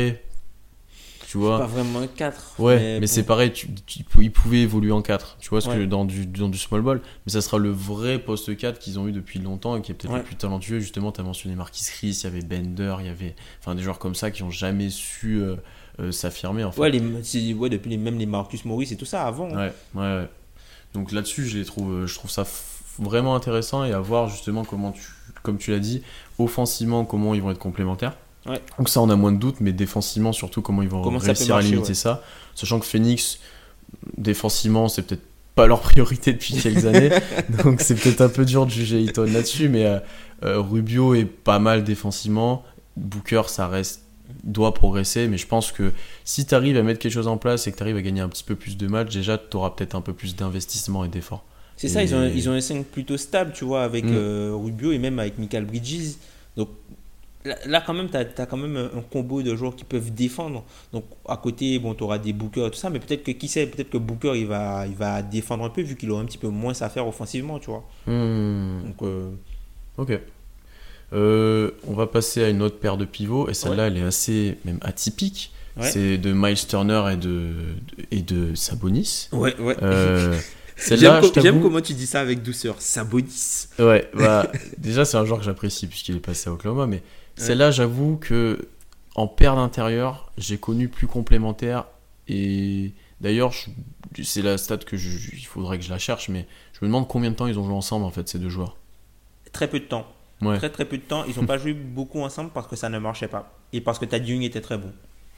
tu vois. C'est pas vraiment un quatre. Ouais, mais, mais bon. C'est pareil, tu, tu, il pouvait évoluer en quatre, tu vois, ce ouais. que dans du, dans du small ball, mais ça sera le vrai poste quatre qu'ils ont eu depuis longtemps et qui est peut-être ouais. le plus talentueux. Justement, tu as mentionné Marquis Chris, il y avait Bender, il y avait enfin, des joueurs comme ça qui n'ont jamais su euh, euh, s'affirmer. En fait. Ouais, les, c'est, ouais, depuis les, même les Marcus Morris et tout ça avant. Ouais, ouais, ouais. Donc là-dessus, je, les trouve, je trouve ça f- vraiment intéressant et à voir justement comment tu, comme tu l'as dit, offensivement, comment ils vont être complémentaires. Ouais. Donc ça on a moins de doutes, mais défensivement surtout comment ils vont comment réussir marcher, à limiter ouais. ça, sachant que Phoenix défensivement c'est peut-être pas leur priorité depuis quelques années, donc c'est peut-être un peu dur de juger Ayton là-dessus, mais euh, euh, Rubio est pas mal défensivement, Booker ça reste doit progresser, mais je pense que si tu arrives à mettre quelque chose en place et que tu arrives à gagner un petit peu plus de matchs, déjà tu auras peut-être un peu plus d'investissement et d'effort. C'est et... ça, ils ont, ils ont un cinq plutôt stable, tu vois, avec mm. euh, Rubio et même avec Mikal Bridges, donc là quand même tu as quand même un combo de joueurs qui peuvent défendre, donc à côté bon tu auras des Booker et tout ça, mais peut-être que qui sait, peut-être que Booker il va, il va défendre un peu vu qu'il aura un petit peu moins à faire offensivement, tu vois. Mmh. Donc euh... ok euh, on va passer à une autre paire de pivots et celle-là ouais. elle est assez même atypique, ouais. c'est de Miles Turner et de, et de Sabonis. Ouais ouais euh, Celle-là, j'aime, j'aime comment tu dis ça avec douceur, Sabonis. Ouais, bah déjà c'est un joueur que j'apprécie puisqu'il est passé à Oklahoma, mais celle-là, j'avoue que en paire d'intérieur, j'ai connu plus complémentaires. Et d'ailleurs, je, c'est la stat que je, il faudrait que je la cherche, mais je me demande combien de temps ils ont joué ensemble, en fait, ces deux joueurs. Très peu de temps. Ouais. Très très peu de temps. Ils n'ont pas joué beaucoup ensemble parce que ça ne marchait pas. Et parce que Thad Young était très bon.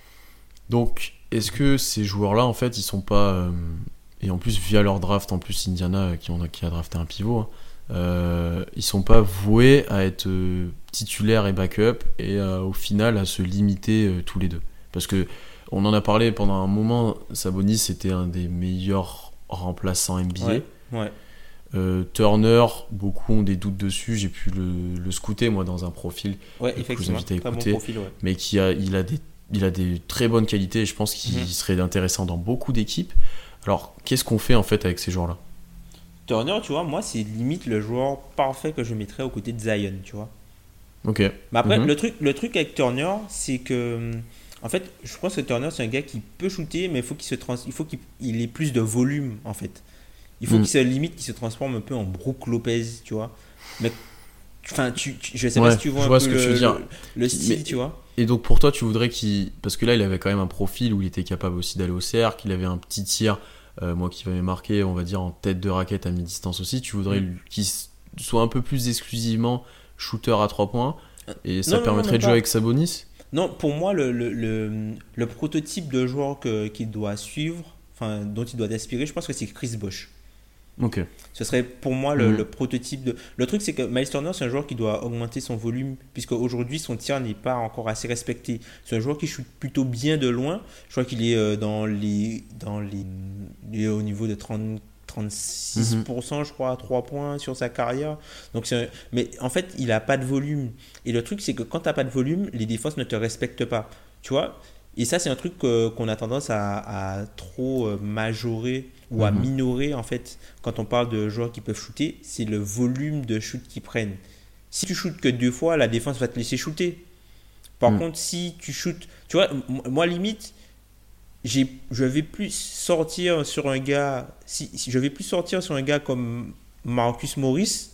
Donc, est-ce que ces joueurs-là, en fait, ils sont pas... Euh, et en plus, via leur draft, en plus, Indiana, qui, ont, qui a drafté un pivot, hein, euh, ils sont pas voués à être euh, titulaires et backup et euh, au final à se limiter euh, tous les deux. Parce que on en a parlé pendant un moment, Sabonis était un des meilleurs remplaçants N B A. Ouais, ouais. Euh, Turner, beaucoup ont des doutes dessus. J'ai pu le, le scouter moi dans un profil ouais, que je vous effectivement, invite à très écouter, bon profil, ouais. mais qui a, il a des, il a des très bonnes qualités et je pense qu'il Mhm. serait intéressant dans beaucoup d'équipes. Alors, qu'est-ce qu'on fait en fait avec ces joueurs-là ? Turner, tu vois, moi, c'est limite le joueur parfait que je mettrais aux côtés de Zion, tu vois. Ok. Mais après, Mhm. le truc, le truc avec Turner, c'est que, en fait, je pense que Turner, c'est un gars qui peut shooter, mais il faut qu'il se trans... il faut qu'il il ait plus de volume, en fait. Il faut Mm. qu'il se limite, qu'il se transforme un peu en Brook Lopez, tu vois. Mais, enfin, tu, tu- je sais Ouais, pas si tu vois je un vois peu ce que le, tu veux dire. le, le style, Mais- tu vois. Et donc pour toi, tu voudrais qu'il... Parce que là, il avait quand même un profil où il était capable aussi d'aller au cercle, qu'il avait un petit tir, euh, moi qui m'avait marqué, on va dire, en tête de raquette à mi-distance aussi. Tu voudrais Mm. qu'il s- soit un peu plus exclusivement shooter à trois points et ça Non, non, permettrait non, de jouer pas. avec Sabonis. Non, pour moi, le, le, le, le prototype de joueur que, qu'il doit suivre, enfin, dont il doit aspirer, je pense que c'est Chris Bosh. Ok. Ce serait pour moi le, Mhm. le prototype de. Le truc, c'est que Miles Turner, c'est un joueur qui doit augmenter son volume, puisque aujourd'hui son tir n'est pas encore assez respecté. C'est un joueur qui shoot plutôt bien de loin. Je crois qu'il est euh, dans les. Dans les il est au niveau de trente, trente-six pour cent, je crois, à trois points sur sa carrière. Donc c'est un- Mais en fait, il n'a pas de volume. Et le truc, c'est que quand tu n'as pas de volume, les défenses ne te respectent pas. Tu vois. Et ça, c'est un truc que- qu'on a tendance à, à trop euh, majorer ou à Mhm. minorer, en fait, quand on parle de joueurs qui peuvent shooter, c'est le volume de shoot qu'ils prennent. Si tu shootes que deux fois, la défense va te laisser shooter. Par Mhm. contre, si tu shootes, tu vois, m- moi limite, j'ai, je vais plus sortir sur un gars, si, si je vais plus sortir sur un gars comme Marcus Morris.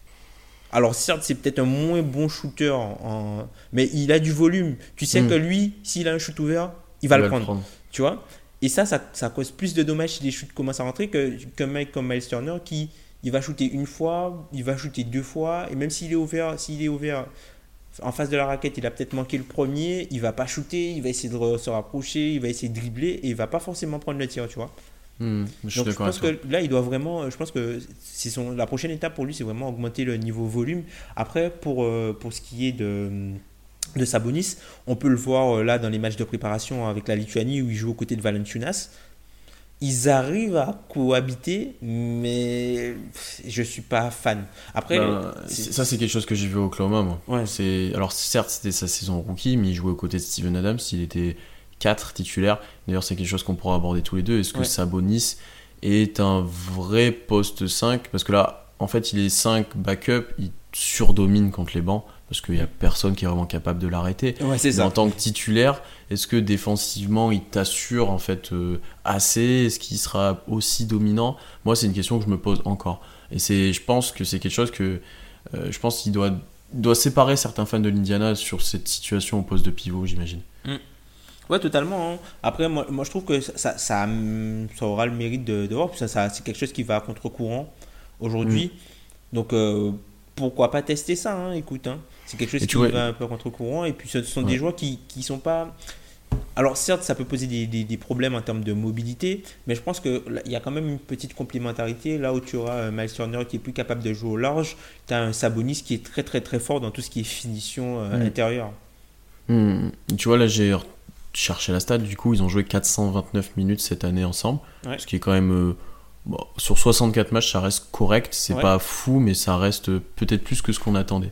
Alors certes, c'est peut-être un moins bon shooter, en- en- mais il a du volume. Tu sais Mhm. que lui, s'il a un shoot ouvert, il va Il le prendre. Tu vois. Et ça, ça, ça cause plus de dommages si les shoots commencent à rentrer que, qu'un mec comme Miles Turner qui il va shooter une fois, il va shooter deux fois, et même s'il est ouvert, s'il est ouvert en face de la raquette, il a peut-être manqué le premier, il va pas shooter, il va essayer de re- se rapprocher, il va essayer de dribbler, et il va pas forcément prendre le tir, tu vois. Mhm. Je suis Donc je d'accord pense avec toi. que là, il doit vraiment, je pense que c'est son, la prochaine étape pour lui, c'est vraiment augmenter le niveau volume. Après, pour, euh, pour ce qui est de, de Sabonis, on peut le voir euh, là dans les matchs de préparation avec la Lituanie où il joue aux côtés de Valanciunas. Ils arrivent à cohabiter, mais je suis pas fan. Après, Ben, c'est- c'est- ça c'est quelque chose que j'ai vu au Oklahoma moi. Ouais. C'est... Alors certes c'était sa saison rookie mais il jouait aux côtés de Steven Adams, il était quatre titulaires. D'ailleurs c'est quelque chose qu'on pourra aborder tous les deux. Est-ce que Ouais. Sabonis est un vrai poste cinq ? Parce que là en fait il est cinq backup, il surdomine contre les bancs parce qu'il n'y a personne qui est vraiment capable de l'arrêter. ouais, c'est Mais ça. en tant que titulaire, est-ce que défensivement il t'assure en fait euh, assez ? Est-ce qu'il sera aussi dominant ? Moi, c'est une question que je me pose encore. Et c'est, je pense que c'est quelque chose que euh, je pense qu'il doit, doit séparer certains fans de l'Indiana sur cette situation au poste de pivot, j'imagine. Ouais, totalement, hein. Après, moi, moi je trouve que ça, ça, ça, ça aura le mérite de, de voir, puis ça, ça, c'est quelque chose qui va à contre-courant aujourd'hui. Donc, euh, pourquoi pas tester ça, hein, écoute, hein. C'est quelque chose Et qui tu vois- va un peu à contre-courant, et puis ce sont des Ouais. joueurs qui qui sont pas. Alors, certes, ça peut poser des, des, des problèmes en termes de mobilité, mais je pense qu'il y a quand même une petite complémentarité. Là où tu auras euh, Miles Turner qui est plus capable de jouer au large, tu as un Sabonis qui est très, très, très fort dans tout ce qui est finition euh, Mm. intérieure. Hmm. Tu vois, là, j'ai cherché la stat. Du coup, ils ont joué quatre cent vingt-neuf minutes cette année ensemble. Ouais. Ce qui est quand même. euh, bon, sur soixante-quatre matchs, ça reste correct. C'est Ouais. pas fou, mais ça reste euh, peut-être plus que ce qu'on attendait.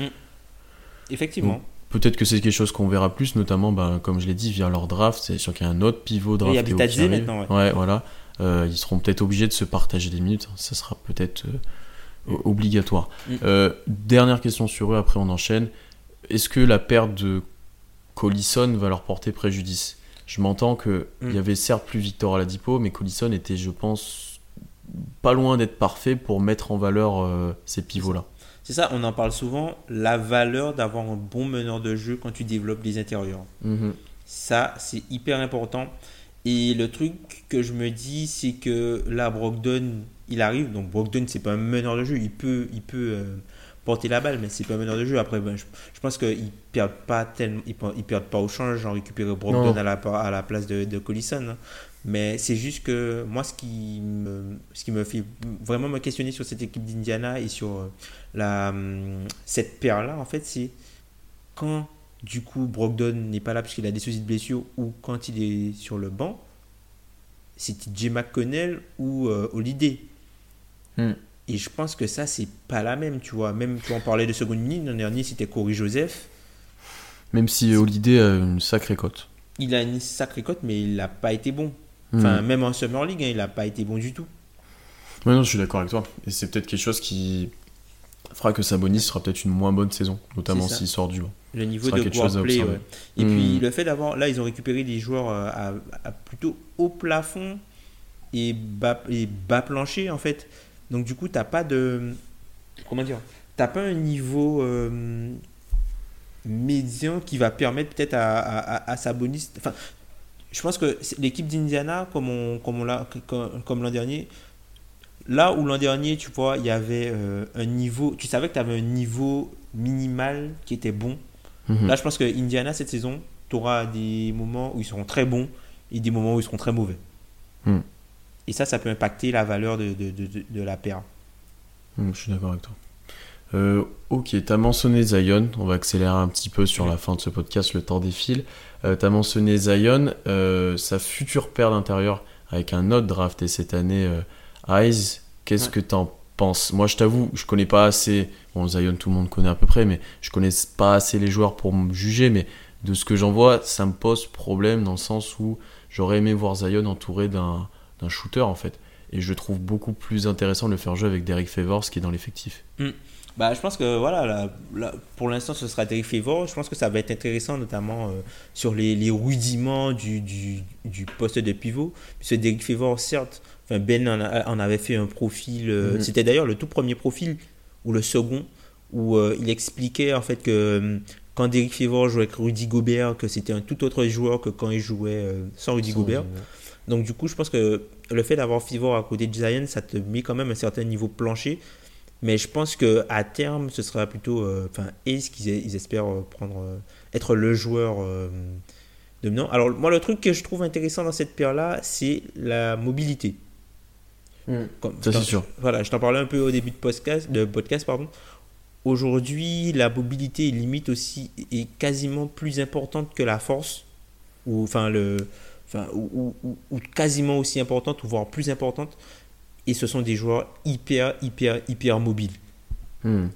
Effectivement. Peut-être que c'est quelque chose qu'on verra plus, notamment, bah, comme je l'ai dit, via leur draft. C'est sûr qu'il y a un autre pivot Oui, il y a drafté. Bitadze qui arrive. maintenant, ouais. Ouais, voilà. Euh, ils seront peut-être obligés de se partager des minutes. Ça sera peut-être euh, o- obligatoire. Mm. Euh, dernière question sur eux, après on enchaîne. Est-ce que la perte de Collison va leur porter préjudice ? Je m'entends qu'il Mm. y avait certes plus Victor Oladipo, mais Collison était, je pense, pas loin d'être parfait pour mettre en valeur euh, ces pivots-là. C'est ça, on en parle souvent, la valeur d'avoir un bon meneur de jeu quand tu développes des intérieurs. Mhm. Ça, c'est hyper important. Et le truc que je me dis, c'est que là, Brogdon, il arrive. Donc, Brogdon, c'est pas un meneur de jeu. Il peut, il peut euh, porter la balle, mais c'est pas un meneur de jeu. Après, ben, je, je pense qu'ils perdent pas tellement, ils, ils perdent pas au change en récupérant Brogdon à la, à la place de, de Collison. Hein. Mais c'est juste que moi, ce qui, me, ce qui me fait vraiment me questionner sur cette équipe d'Indiana et sur la, cette paire-là, en fait, c'est quand du coup Brogdon n'est pas là parce qu'il a des soucis de blessure ou quand il est sur le banc, c'est T J McConnell ou euh, Holiday. Mm. Et je pense que ça, c'est pas la même, tu vois. Même, tu en parlais de seconde ligne, l'an dernier, c'était Corey Joseph. Même si Holiday a une sacrée cote. Il a une sacrée cote, mais il n'a pas été bon. Enfin, mmh. même en Summer League, hein, il n'a pas été bon du tout. Ouais, non, je suis d'accord avec toi. Et c'est peut-être quelque chose qui fera que Sabonis sera peut-être une moins bonne saison, notamment s'il sort du banc. Le niveau de guard play, ouais. Et mmh. puis le fait d'avoir, là, ils ont récupéré des joueurs à, à plutôt haut plafond et bas, et bas plancher, en fait. Donc du coup, t'as pas de, comment dire, t'as pas un niveau euh, médian qui va permettre peut-être à, à, à Sabonis. Enfin, je pense que l'équipe d'Indiana, comme, on, comme, on l'a, comme, comme l'an dernier, là où l'an dernier, tu vois, il y avait euh, un niveau, tu savais que tu avais un niveau minimal qui était bon. Mm-hmm. Là, je pense que Indiana, cette saison, tu auras des moments où ils seront très bons et des moments où ils seront très mauvais. Mm. Et ça, ça peut impacter la valeur de, de, de, de, de la paire. Mm, je suis d'accord avec toi. Euh, ok, tu as mentionné Zion. On va accélérer un petit peu sur la fin de ce podcast, le temps défile. Euh, tu as mentionné Zion, euh, sa future paire d'intérieur avec un autre drafté cette année, euh, Eyes. Qu'est-ce ouais. que tu en penses ? Moi, je t'avoue, je connais pas assez. Bon, Zion, tout le monde connaît à peu près, mais je connais pas assez les joueurs pour me juger. Mais de ce que j'en vois, ça me pose problème dans le sens où j'aurais aimé voir Zion entouré d'un, d'un shooter en fait. Et je trouve beaucoup plus intéressant de le faire jouer avec Derek Favors qui est dans l'effectif. Mm. Bah, je pense que voilà, là, là, pour l'instant, ce sera Derek Favors. Je pense que ça va être intéressant, notamment euh, sur les, les rudiments du, du, du poste de pivot. Puisque Derek Favors, certes, enfin Ben en, a, en avait fait un profil. Euh, mm-hmm. C'était d'ailleurs le tout premier profil, ou le second, où euh, il expliquait en fait que euh, quand Derek Favors jouait avec Rudy Gobert, que c'était un tout autre joueur que quand il jouait euh, sans Rudy sans Gobert. Gobert. Donc, du coup, je pense que le fait d'avoir Favors à côté de Zion, ça te met quand même un certain niveau plancher. Mais je pense qu'à terme, ce sera plutôt enfin, euh, Ace qu'ils ils espèrent euh, prendre, euh, être le joueur euh, dominant. Alors, moi, le truc que je trouve intéressant dans cette paire-là, c'est la mobilité. Mmh. Comme, ça, c'est sûr. Voilà, je t'en parlais un peu au début de podcast. De podcast pardon. Aujourd'hui, la mobilité est limite aussi est quasiment plus importante que la force. Ou, enfin, le, enfin, ou, ou, ou quasiment aussi importante, ou voire plus importante. Et ce sont des joueurs hyper, hyper, hyper mobiles. Hmm.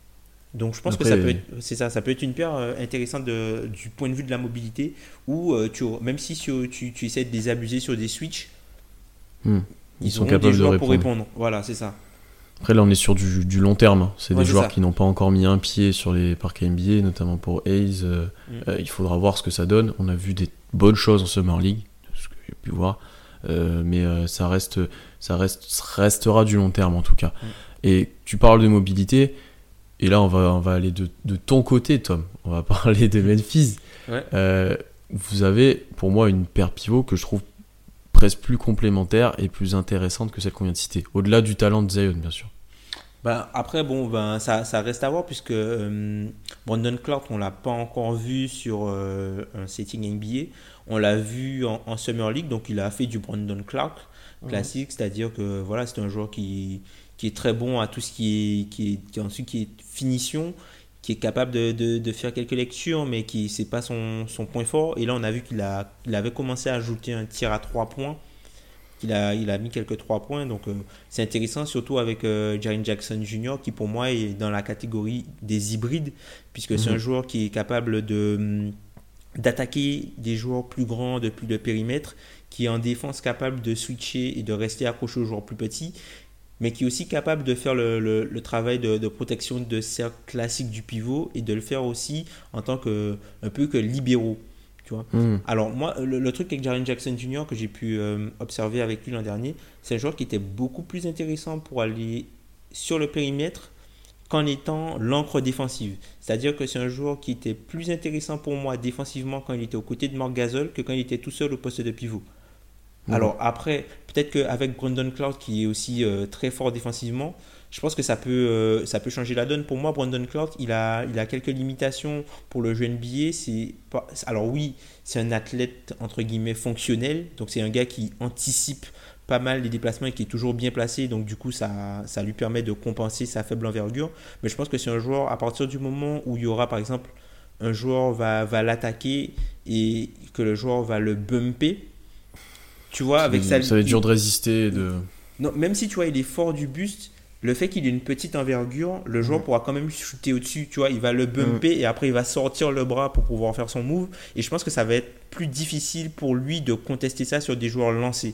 Donc je pense Après, que ça peut être, c'est ça, ça peut être une paire intéressante de, du point de vue de la mobilité, où euh, tu, même si tu, tu, tu essaies de les abuser sur des switches, hmm. ils, ils sont capables des joueurs de répondre. Pour répondre. Voilà, c'est ça. Après là on est sur du, du long terme. C'est ouais, des c'est joueurs ça. qui n'ont pas encore mis un pied sur les parquets N B A, notamment pour Hayes. Euh, hmm. euh, il faudra voir ce que ça donne. On a vu des bonnes choses en Summer League, ce que j'ai pu voir. Euh, mais euh, ça reste ça reste restera du long terme en tout cas. Mm. Et tu parles de mobilité et là on va on va aller de, de ton côté Tom, on va parler de Memphis. Ouais. Euh, vous avez pour moi une paire pivot que je trouve presque plus complémentaire et plus intéressante que celle qu'on vient de citer, au-delà du talent de Zion bien sûr. Ben, après bon ben ça, ça reste à voir puisque euh, Brandon Clark on l'a pas encore vu sur euh, un setting N B A. On l'a vu en, en Summer League, donc il a fait du Brandon Clark classique, mmh. c'est-à-dire que voilà, c'est un joueur qui, qui est très bon à tout ce qui est, qui est, qui est, ensuite, qui est finition, qui est capable de, de, de faire quelques lectures, mais qui c'est pas son, son point fort. Et là, on a vu qu'il a, il avait commencé à ajouter un tir à trois points. Il a, il a mis quelques trois points, donc euh, c'est intéressant, surtout avec euh, Jaren Jackson Junior, qui pour moi est dans la catégorie des hybrides, puisque mmh. c'est un joueur qui est capable de... d'attaquer des joueurs plus grands depuis le périmètre, qui est en défense capable de switcher et de rester accroché aux joueurs plus petits, mais qui est aussi capable de faire le, le, le travail de, de protection de cercle classique du pivot et de le faire aussi en tant que un peu que libéraux. Tu vois. Mm. Alors moi, le, le truc avec Jaren Jackson Junior que j'ai pu euh, observer avec lui l'an dernier, c'est un joueur qui était beaucoup plus intéressant pour aller sur le périmètre qu'en étant l'encre défensive. C'est-à-dire que c'est un joueur qui était plus intéressant pour moi défensivement quand il était aux côtés de Marc Gasol que quand il était tout seul au poste de pivot. Mmh. Alors après, peut-être qu'avec Brandon Clark qui est aussi euh, très fort défensivement, je pense que ça peut, euh, ça peut changer la donne. Pour moi, Brandon Clark, il a, il a quelques limitations pour le jeu N B A. C'est pas, alors oui, c'est un athlète entre guillemets fonctionnel, donc c'est un gars qui anticipe pas mal les déplacements et qui est toujours bien placé, donc du coup ça, ça lui permet de compenser sa faible envergure. Mais je pense que c'est un joueur, à partir du moment où il y aura par exemple un joueur va, va l'attaquer et que le joueur va le bumper, tu vois, avec ça, sa... ça va être dur de résister. De... Non, même si tu vois il est fort du buste, le fait qu'il ait une petite envergure, le joueur mmh. pourra quand même shooter au-dessus, tu vois, il va le bumper mmh. et après il va sortir le bras pour pouvoir faire son move, et je pense que ça va être plus difficile pour lui de contester ça sur des joueurs lancés.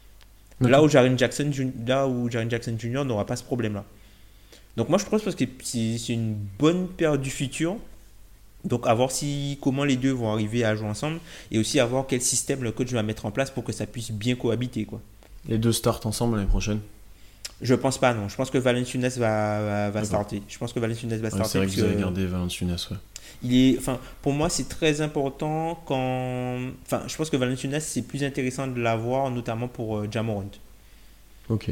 Là où Jaren Jackson, là où Jaren Jackson Junior n'aura pas ce problème-là. Donc moi je pense que c'est, c'est une bonne paire du futur. Donc à voir si, comment les deux vont arriver à jouer ensemble et aussi à voir quel système le coach va mettre en place pour que ça puisse bien cohabiter, quoi. Les deux startent ensemble l'année prochaine? Je pense pas, non. Je pense que Valanciunas va, va, va starter. Je pense que Valanciunas va starter. Ouais, c'est vrai que vous avez gardé Valanciunas, ouais. Il est, enfin, pour moi, c'est très important quand. Enfin, je pense que Valanciunas, c'est plus intéressant de l'avoir, notamment pour euh, Ja Morant. Ok.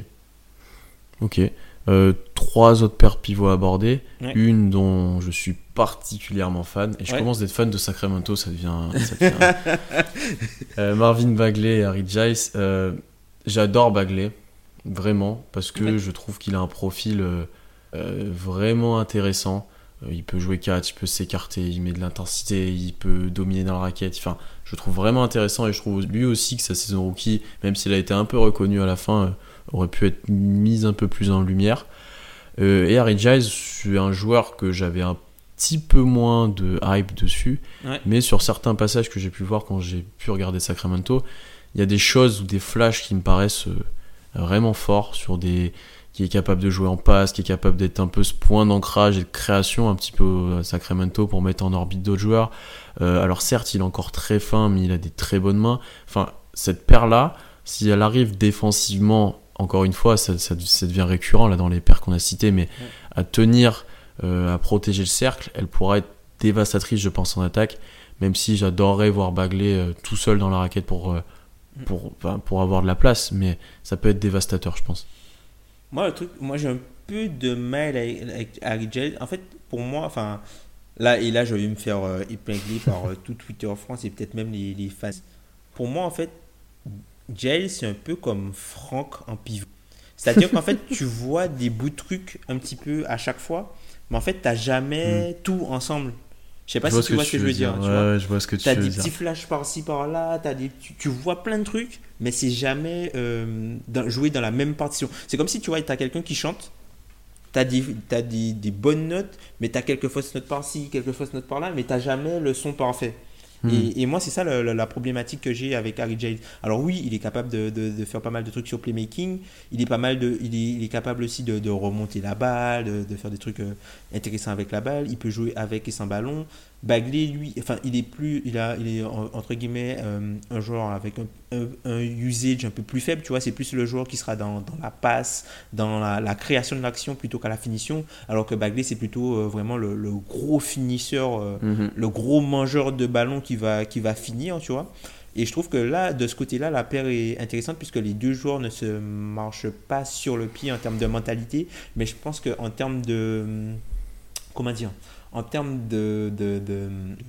Ok. Euh, trois autres paires pivots à aborder. Ouais. Une dont je suis particulièrement fan. Et je ouais. commence d'être fan de Sacramento, ça devient. Ça devient... euh, Marvin Bagley et Harry Giles. Euh, j'adore Bagley, vraiment, parce que ouais. je trouve qu'il a un profil euh, euh, vraiment intéressant. Il peut jouer quatre, il peut s'écarter, il met de l'intensité, il peut dominer dans la raquette. Enfin, je le trouve vraiment intéressant et je trouve lui aussi que sa saison rookie, même s'il a été un peu reconnu à la fin, euh, aurait pu être mise un peu plus en lumière. Euh, et Harry Giles, c'est un joueur que j'avais un petit peu moins de hype dessus, ouais. mais sur certains passages que j'ai pu voir quand j'ai pu regarder Sacramento, il y a des choses ou des flashs qui me paraissent euh, vraiment forts sur des... qui est capable de jouer en passe, qui est capable d'être un peu ce point d'ancrage et de création un petit peu à Sacramento pour mettre en orbite d'autres joueurs. Euh, alors certes, il est encore très fin, mais il a des très bonnes mains. Enfin, cette paire-là, si elle arrive défensivement, encore une fois, ça, ça, ça devient récurrent là dans les paires qu'on a citées, mais ouais. à tenir, euh, à protéger le cercle, elle pourra être dévastatrice, je pense, en attaque, même si j'adorerais voir Bagley euh, tout seul dans la raquette pour, euh, pour, enfin, pour avoir de la place, mais ça peut être dévastateur, je pense. Moi, le truc, moi j'ai un peu de mal avec Harry Giles. En fait, pour moi, enfin, là et là, je vais me faire euh, épingler par euh, tout Twitter France et peut-être même les, les fans. Pour moi, en fait, Giles, c'est un peu comme Franck en pivot. C'est-à-dire qu'en fait, tu vois des bouts de trucs un petit peu à chaque fois, mais en fait, tu n'as jamais mm. tout ensemble. Je sais pas si tu vois ce que je veux dire. dire. Ouais, ouais, je vois ce que tu veux dire. T'as des petits flashs par-ci par-là, t'as des, tu, tu vois plein de trucs, mais c'est jamais euh, dans, joué dans la même partition. C'est comme si tu vois, t'as quelqu'un qui chante, t'as des, t'as des, des bonnes notes, mais t'as quelques fausses notes par-ci, quelques fausses notes par-là, mais t'as jamais le son parfait. Mmh. Et, et moi, c'est ça la, la, la problématique que j'ai avec Harry Giles. Alors oui, il est capable de, de, de faire pas mal de trucs sur playmaking. Il est pas mal de, il est, il est capable aussi de, de remonter la balle, de, de faire des trucs euh, intéressants avec la balle. Il peut jouer avec et sans ballon. Bagley, lui, enfin, il est plus, il a, il est entre guillemets euh, un joueur avec un, un, un usage un peu plus faible. Tu vois, c'est plus le joueur qui sera dans, dans la passe, dans la, la création de l'action plutôt qu'à la finition. Alors que Bagley, c'est plutôt euh, vraiment le, le gros finisseur, euh, mm-hmm. le gros mangeur de ballon qui va, qui va finir, tu vois. Et je trouve que là, de ce côté-là, la paire est intéressante puisque les deux joueurs ne se marchent pas sur le pied en termes de mentalité, mais je pense qu'en termes de, comment dire, en termes de, de, de,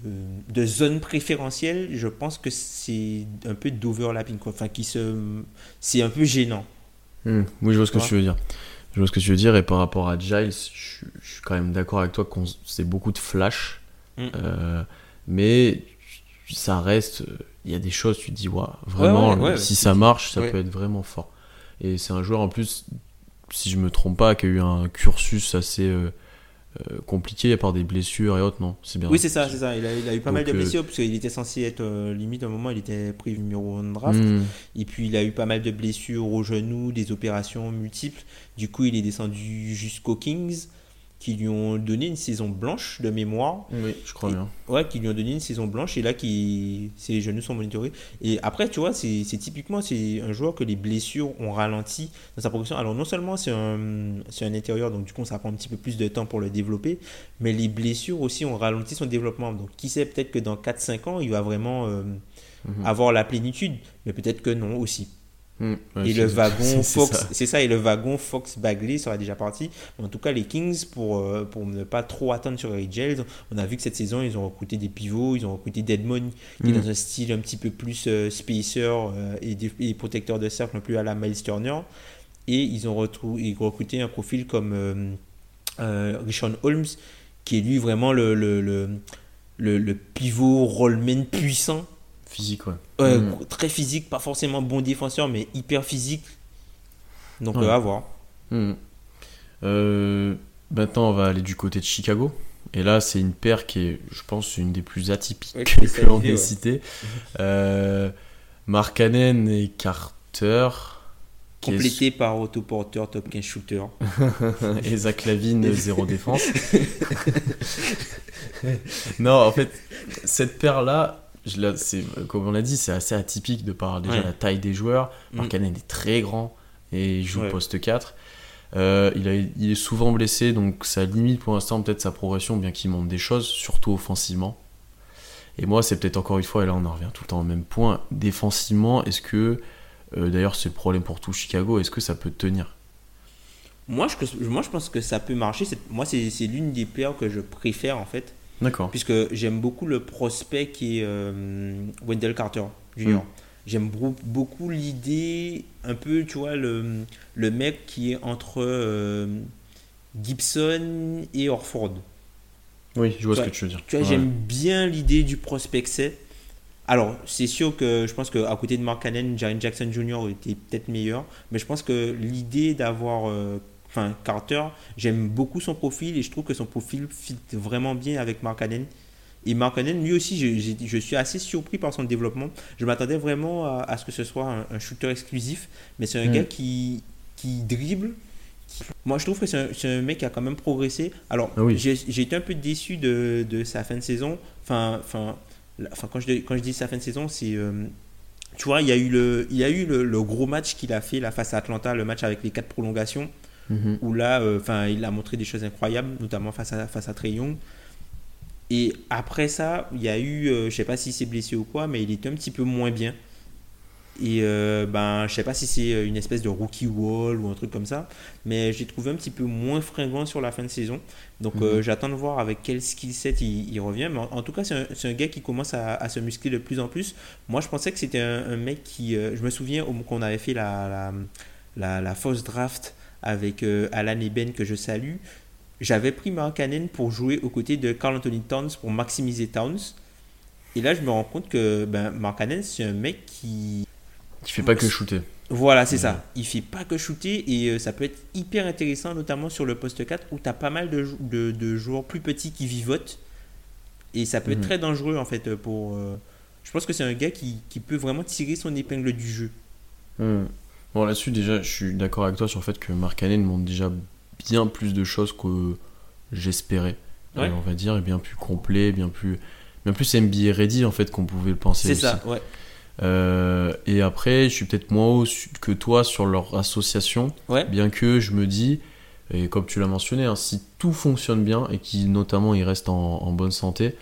de zone préférentielle, je pense que c'est un peu d'overlapping, quoi. Enfin, qui se, c'est un peu gênant. Mmh, oui, je vois ce que tu veux dire. Je vois ce que tu veux dire. Et par rapport à Giles, je, je suis quand même d'accord avec toi qu'on c'est beaucoup de flash, mmh. euh, mais ça reste. Il y a des choses, tu te dis, waouh, vraiment, ouais, ouais, ouais, si ça marche, ça ouais. peut être vraiment fort. Et c'est un joueur en plus, si je me trompe pas, qui a eu un cursus assez euh, Euh, compliqué à part des blessures et autres, non, c'est bien. Oui, c'est ça, c'est ça. Il a, il a eu pas Donc, mal de blessures euh... parce qu'il était censé être euh, limite à un moment, il était pris numéro un de draft. Mm. Et puis il a eu pas mal de blessures au genou, des opérations multiples. Du coup, il est descendu jusqu'aux Kings. qui lui ont donné une saison blanche de mémoire. Oui, je crois et, bien. Ouais, qui lui ont donné une saison blanche et là, qui, ses genoux sont monitorés. Et après, tu vois, c'est, c'est typiquement c'est un joueur que les blessures ont ralenti dans sa progression. Alors, non seulement c'est un, c'est un intérieur, donc du coup, ça prend un petit peu plus de temps pour le développer, mais les blessures aussi ont ralenti son développement. Donc, qui sait, peut-être que dans quatre cinq ans, il va vraiment euh, mm-hmm. avoir la plénitude, mais peut-être que non aussi. Mmh, ouais, et le wagon c'est, Fox, c'est ça. c'est ça, et le wagon Fox Bagley sera déjà parti. En tout cas, les Kings, pour, euh, pour ne pas trop attendre sur Harry Giles, on a vu que cette saison, ils ont recruté des pivots, ils ont recruté Dedmon, qui mmh. est dans un style un petit peu plus euh, spacer euh, et, et protecteur de cercle, un peu à la Miles Turner. Et ils ont retrou- ils ont recruté un profil comme euh, euh, Richaun Holmes, qui est lui vraiment le, le, le, le, le pivot rollman puissant. Physique, ouais. Euh, mmh. Très physique, pas forcément bon défenseur, mais hyper physique. Donc, ouais. euh, à voir. Mmh. Euh, maintenant, on va aller du côté de Chicago. Et là, c'est une paire qui est, je pense, une des plus atypiques ouais, que, que l'on ait ouais. citées. Euh, Markkanen et Carter. Complété est... par Otto Porter, top quinze shooter. Et Zach LaVine, zéro défense. Non, en fait, cette paire-là, Je l'ai, c'est, comme on l'a dit, c'est assez atypique de par déjà ouais. la taille des joueurs. Markkanen mmh. est très grand et il joue ouais. poste quatre. Euh, il, a, il est souvent blessé, donc ça limite pour l'instant peut-être sa progression, bien qu'il montre des choses, surtout offensivement. Et moi, c'est peut-être encore une fois, et là on en revient tout le temps au même point, défensivement, est-ce que, euh, d'ailleurs c'est le problème pour tout Chicago, est-ce que ça peut tenir ? Moi je, moi, je pense que ça peut marcher. C'est, moi, c'est, c'est l'une des paires que je préfère en fait. D'accord. Puisque j'aime beaucoup le prospect qui est euh, Wendell Carter junior. Mm. J'aime bro- beaucoup l'idée, un peu, tu vois, le, le mec qui est entre euh, Gibson et Horford. Oui, je vois tu ce vois, que tu veux dire. Tu vois, ouais. J'aime bien l'idée du prospect que c'est. Alors, c'est sûr que je pense qu'à côté de Markkanen, Jaren Jackson junior était peut-être meilleur. Mais je pense que l'idée d'avoir... Euh, Enfin, Carter, j'aime beaucoup son profil et je trouve que son profil fit vraiment bien avec Markkanen. Et Markkanen, lui aussi, je, je, je suis assez surpris par son développement. Je m'attendais vraiment à, à ce que ce soit un, un shooter exclusif, mais c'est un mmh. gars qui, qui dribble. Qui... Moi, je trouve que c'est un, c'est un mec qui a quand même progressé. Alors, ah oui. j'ai, j'ai été un peu déçu de, de sa fin de saison. Enfin, enfin, enfin quand, je, quand je dis sa fin de saison, c'est... Euh, tu vois, il y a eu, le, il y a eu le, le gros match qu'il a fait là, face à Atlanta, le match avec les quatre prolongations. Mmh. Où là, euh, il a montré des choses incroyables, notamment face à, face à Trae Young. Et après ça, il y a eu, euh, je ne sais pas si c'est blessé ou quoi, mais il était un petit peu moins bien. Et euh, ben, je ne sais pas si c'est une espèce de rookie wall ou un truc comme ça, mais j'ai trouvé un petit peu moins fringant sur la fin de saison. Donc mmh. euh, j'attends de voir avec quel skill set il, il revient. Mais en, en tout cas, c'est un, c'est un gars qui commence à, à se muscler de plus en plus. Moi, je pensais que c'était un, un mec qui... Euh, je me souviens au, qu'on avait fait la, la, la, la fausse draft avec euh, Alan Eben que je salue. J'avais pris Markkanen pour jouer aux côtés de Karl Anthony Towns pour maximiser Towns. Et là, je me rends compte que ben, Markkanen, c'est un mec qui... Qui fait pas que shooter. Voilà, c'est mmh. ça. Il fait pas que shooter et euh, ça peut être hyper intéressant, notamment sur le poste quatre où tu as pas mal de, de, de joueurs plus petits qui vivotent. Et ça peut mmh. être très dangereux, en fait, pour... Euh... Je pense que c'est un gars qui, qui peut vraiment tirer son épingle du jeu. Mmh. Bon, là-dessus, déjà, je suis d'accord avec toi sur le fait que Markkanen montre déjà bien plus de choses que j'espérais, ouais. euh, on va dire, et bien plus complet, bien plus, bien plus N B A ready, en fait, qu'on pouvait le penser C'est aussi. ça, ouais. Euh, et après, je suis peut-être moins haut que toi sur leur association, ouais. bien que je me dis, et comme tu l'as mentionné, hein, si tout fonctionne bien, et qu'ils notamment ils restent en, en bonne santé,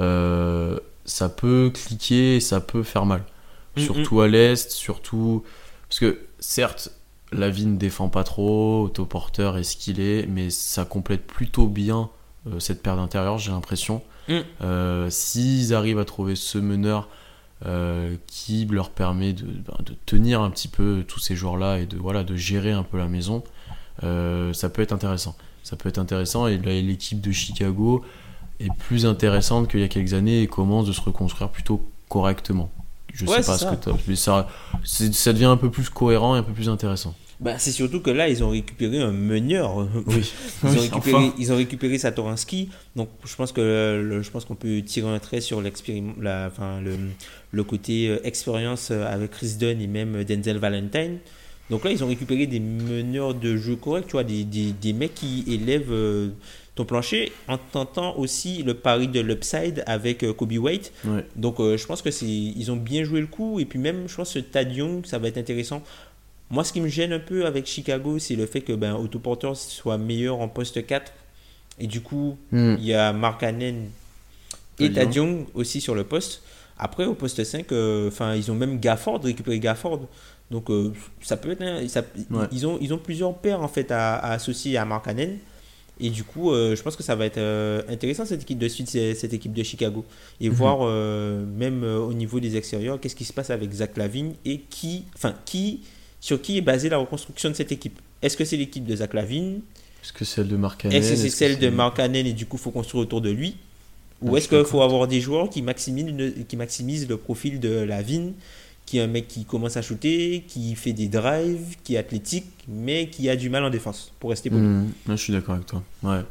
euh, ça peut cliquer et ça peut faire mal. Mm-hmm. Surtout à l'Est, surtout... Parce que, certes, LaVine ne défend pas trop, Otto Porter est ce qu'il est, mais ça complète plutôt bien euh, cette paire d'intérieur, j'ai l'impression. Mm. Euh, s'ils arrivent à trouver ce meneur euh, qui leur permet de, ben, de tenir un petit peu tous ces joueurs-là et de, voilà, de gérer un peu la maison, euh, ça peut être intéressant. Ça peut être intéressant et là, l'équipe de Chicago est plus intéressante qu'il y a quelques années et commence de se reconstruire plutôt correctement. Je ouais, sais pas ce que t'as, mais ça, c'est, ça devient un peu plus cohérent et un peu plus intéressant. Bah, c'est surtout que là, ils ont récupéré un meneur. Oui. Ils, oui, ont récupéré, enfin. ils ont récupéré Satoransky. Donc, je pense, que le, je pense qu'on peut tirer un trait sur l'expériment, la, enfin, le, le côté euh, expérience avec Chris Dunn et même Denzel Valentine. Donc là, ils ont récupéré des meneurs de jeu corrects, tu vois, des, des, des mecs qui élèvent euh, ton plancher en tentant aussi le pari de l'upside avec euh, Kobe White. Ouais. Donc euh, je pense que c'est ils ont bien joué le coup et puis même je pense que Thad Young ça va être intéressant. Moi ce qui me gêne un peu avec Chicago c'est le fait que ben Otto Porter soit meilleur en poste quatre et du coup Mm. il y a Mark Cannon et Thad Thad Young aussi sur le poste. Après au poste cinq enfin euh, ils ont même Gafford récupéré Gafford. Donc euh, ça peut être un, ça, Ouais. ils ont ils ont plusieurs paires en fait à, à associer à Mark Cannon. Et du coup, euh, je pense que ça va être euh, intéressant cette équipe de suite, cette équipe de Chicago. Et Mhm. voir euh, même euh, au niveau des extérieurs, qu'est-ce qui se passe avec Zach LaVine et qui, enfin, qui, sur qui est basée la reconstruction de cette équipe. Est-ce que c'est l'équipe de Zach LaVine? Est-ce que c'est celle de Mark Cannon? Est-ce que c'est Est-ce que celle de c'est- Mark Cannon et du coup, il faut construire autour de lui? Ou Ouais, je est-ce suis qu'il d'accord. faut avoir des joueurs qui maximisent, le- qui maximisent le profil de LaVine, qui est un mec qui commence à shooter, qui fait des drives, qui est athlétique, mais qui a du mal en défense, pour rester poli. Mm. Ouais, je suis d'accord avec toi. Ouais.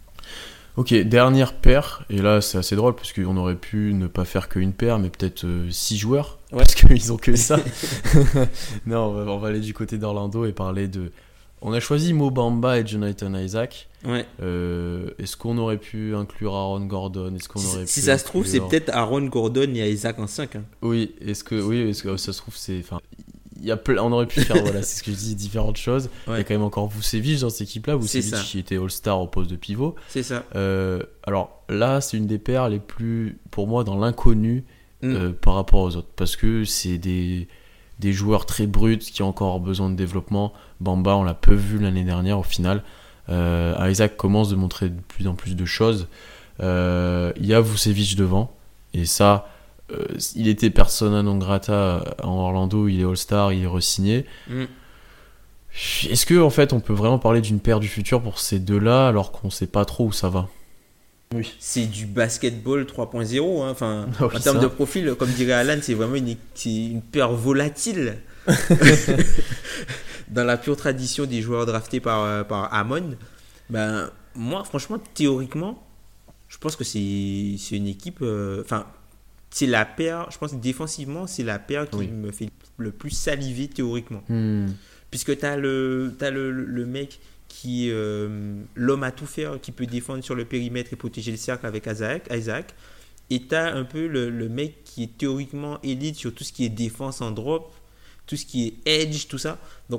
Ok, dernière paire, et là c'est assez drôle parce qu'on aurait pu ne pas faire qu'une paire, mais peut-être euh, six joueurs, Ouais. parce qu'ils ont que ça. Non, on va, on va aller du côté d'Orlando et parler de. On a choisi Mo Bamba et Jonathan Isaac. Ouais. Euh, est-ce qu'on aurait pu inclure Aaron Gordon? Est-ce qu'on Si, aurait si pu ça se trouve, c'est inclure- peut-être Aaron Gordon et Isaac en cinq. Hein. Oui, est-ce que oui, est-ce que ça se trouve c'est. Enfin, il y a plein- on aurait pu faire voilà, c'est ce que je dis, différentes choses. Il y Ouais. a quand même encore Vucevic dans cette équipe-là, C'est Vucevic ça. qui était All-Star au poste de pivot. C'est ça. Euh, alors là, c'est une des paires les plus, pour moi, dans l'inconnu Mm. euh, par rapport aux autres. Parce que c'est des, des joueurs très bruts qui ont encore besoin de développement. Bamba, on l'a peu vu l'année dernière au final. Euh, Isaac commence de montrer de plus en plus de choses. Euh, Il y a Vucevic devant. Et ça, euh, il était persona non grata en Orlando. Il est All-Star, il est re-signé. Mm. Est-ce que en fait on peut vraiment parler d'une paire du futur pour ces deux-là alors qu'on sait pas trop où ça va? Oui. C'est du basketball trois point zéro. Hein. Enfin, Ah oui, en termes ça. de profil, comme dirait Alan, c'est vraiment une, c'est une paire volatile. Dans la pure tradition des joueurs draftés par, euh, par Hammond. Ben, moi, franchement, théoriquement, je pense que c'est, c'est une équipe. euh, Enfin, c'est la paire. Je pense que défensivement, c'est la paire qui Oui. me fait le plus saliver théoriquement. Hmm. Puisque tu as le, t'as le, le mec qui est euh, l'homme à tout faire, qui peut défendre sur le périmètre et protéger le cercle avec Isaac. Isaac. Et tu as un peu le, le mec qui est théoriquement élite sur tout ce qui est défense en drop, tout ce qui est edge, tout ça. Donc,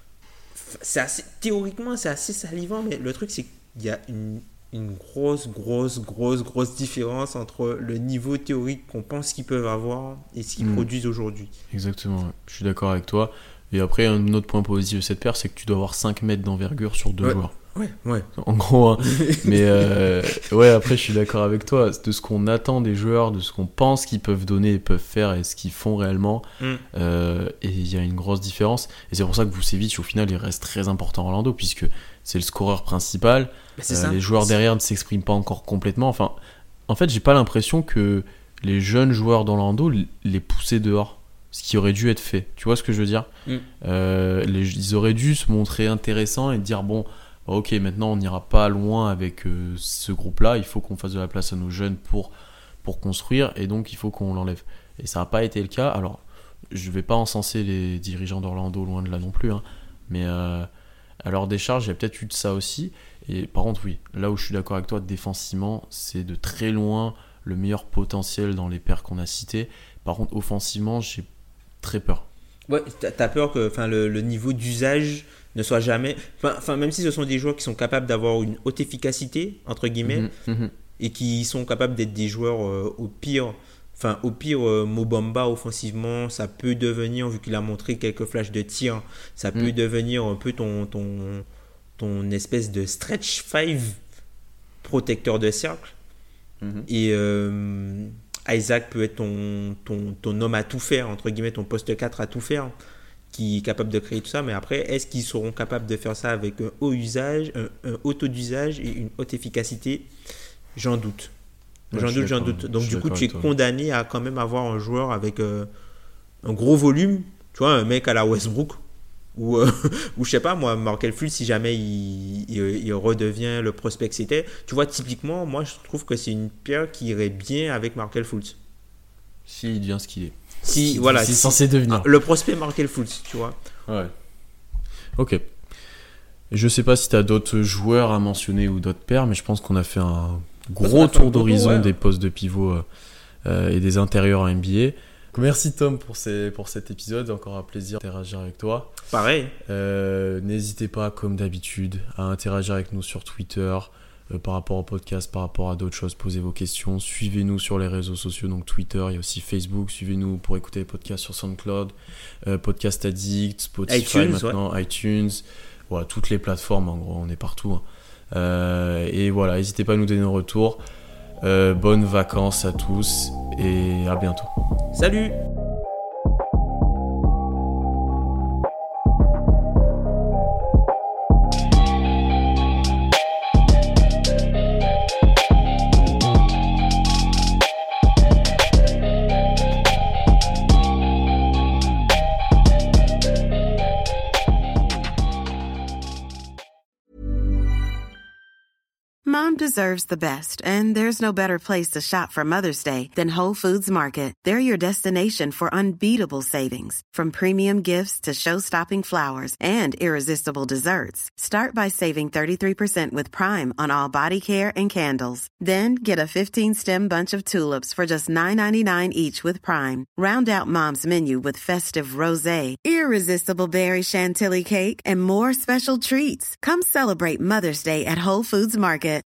c'est assez, théoriquement, c'est assez salivant, mais le truc, c'est qu'il y a une, une grosse, grosse, grosse, grosse différence entre le niveau théorique qu'on pense qu'ils peuvent avoir et ce qu'ils Mm. produisent aujourd'hui. Exactement, ouais. Je suis d'accord avec toi. Et après, un autre point positif de cette paire, c'est que tu dois avoir cinq mètres d'envergure sur deux Ouais. joueurs. Ouais, ouais. En gros, hein. Mais euh, ouais, après, je suis d'accord avec toi. De ce qu'on attend des joueurs, de ce qu'on pense qu'ils peuvent donner et peuvent faire et ce qu'ils font réellement. Mm. Euh, et il y a une grosse différence. Et c'est pour ça que Vucevic, au final, il reste très important à Orlando, puisque c'est le scoreur principal. Ben, c'est Euh, ça. les joueurs derrière ne s'expriment pas encore complètement. Enfin, en fait, j'ai pas l'impression que les jeunes joueurs d'Orlando l- les poussaient dehors. Ce qui aurait dû être fait. Tu vois ce que je veux dire? Mm. Euh, les- Ils auraient dû se montrer intéressants et dire bon, ok, maintenant on n'ira pas loin avec euh, ce groupe-là. Il faut qu'on fasse de la place à nos jeunes pour, pour construire et donc il faut qu'on l'enlève. Et ça n'a pas été le cas. Alors, je vais pas encenser les dirigeants d'Orlando, loin de là non plus. Hein, mais euh, à leur décharge, il y a peut-être eu de ça aussi. Et par contre, oui, là où je suis d'accord avec toi, défensivement, c'est de très loin le meilleur potentiel dans les paires qu'on a citées. Par contre, offensivement, j'ai très peur. Ouais, t'as t'as peur que enfin, le, le niveau d'usage ne soit jamais. Enfin, enfin, même si ce sont des joueurs qui sont capables d'avoir une haute efficacité, entre guillemets, Mhm, mhm. et qui sont capables d'être des joueurs euh, au pire. Enfin, au pire, euh, Mo Bamba offensivement, ça peut devenir, vu qu'il a montré quelques flashs de tir, ça peut Mm. devenir un peu ton, ton, ton espèce de stretch five protecteur de cercle. Mhm. Et euh, Isaac peut être ton, ton, ton homme à tout faire, entre guillemets, ton poste quatre à tout faire, qui est capable de créer tout ça. Mais après, est-ce qu'ils seront capables de faire ça avec un haut usage, un, un haut taux d'usage et une haute efficacité? J'en doute. Ouais, j'en je suis doute, j'en d'accord. doute. Je Donc suis du coup, d'accord tu es avec toi. condamné à quand même avoir un joueur avec euh, un gros volume. Tu vois, un mec à la Westbrook. Ou, euh, ou je sais pas moi, Markel Fultz, si jamais il, il, il redevient le prospect que c'était, tu vois, typiquement, moi je trouve que c'est une paire qui irait bien avec Markel Fultz. S'il devient ce qu'il est. Si, voilà, c'est si- censé devenir. ah, le prospect Markel Fultz, tu vois. Ouais. Ok. Et je sais pas si tu as d'autres joueurs à mentionner ou d'autres paires, mais je pense qu'on a fait un gros tour d'horizon ouais. des postes de pivot euh, euh, et des intérieurs en N B A. Merci Tom pour, ces, pour cet épisode, encore un plaisir d'interagir avec toi. Pareil. Euh, n'hésitez pas, comme d'habitude, à interagir avec nous sur Twitter, euh, par rapport au podcast, par rapport à d'autres choses, posez vos questions. Suivez-nous sur les réseaux sociaux, donc Twitter, il y a aussi Facebook. Suivez-nous pour écouter les podcasts sur SoundCloud, euh, Podcast Addict, Spotify iTunes, maintenant, ouais. iTunes, voilà, toutes les plateformes, en gros, on est partout. Euh, et voilà, n'hésitez pas à nous donner un retour. Euh, bonnes vacances à tous et à bientôt. Salut! Mom deserves the best, and there's no better place to shop for Mother's Day than Whole Foods Market. They're your destination for unbeatable savings, from premium gifts to show-stopping flowers and irresistible desserts. Start by saving thirty-three percent with Prime on all body care and candles. Then get a fifteen-stem bunch of tulips for just nine ninety-nine each with Prime. Round out Mom's menu with festive rosé, irresistible berry chantilly cake, and more special treats. Come celebrate Mother's Day at Whole Foods Market.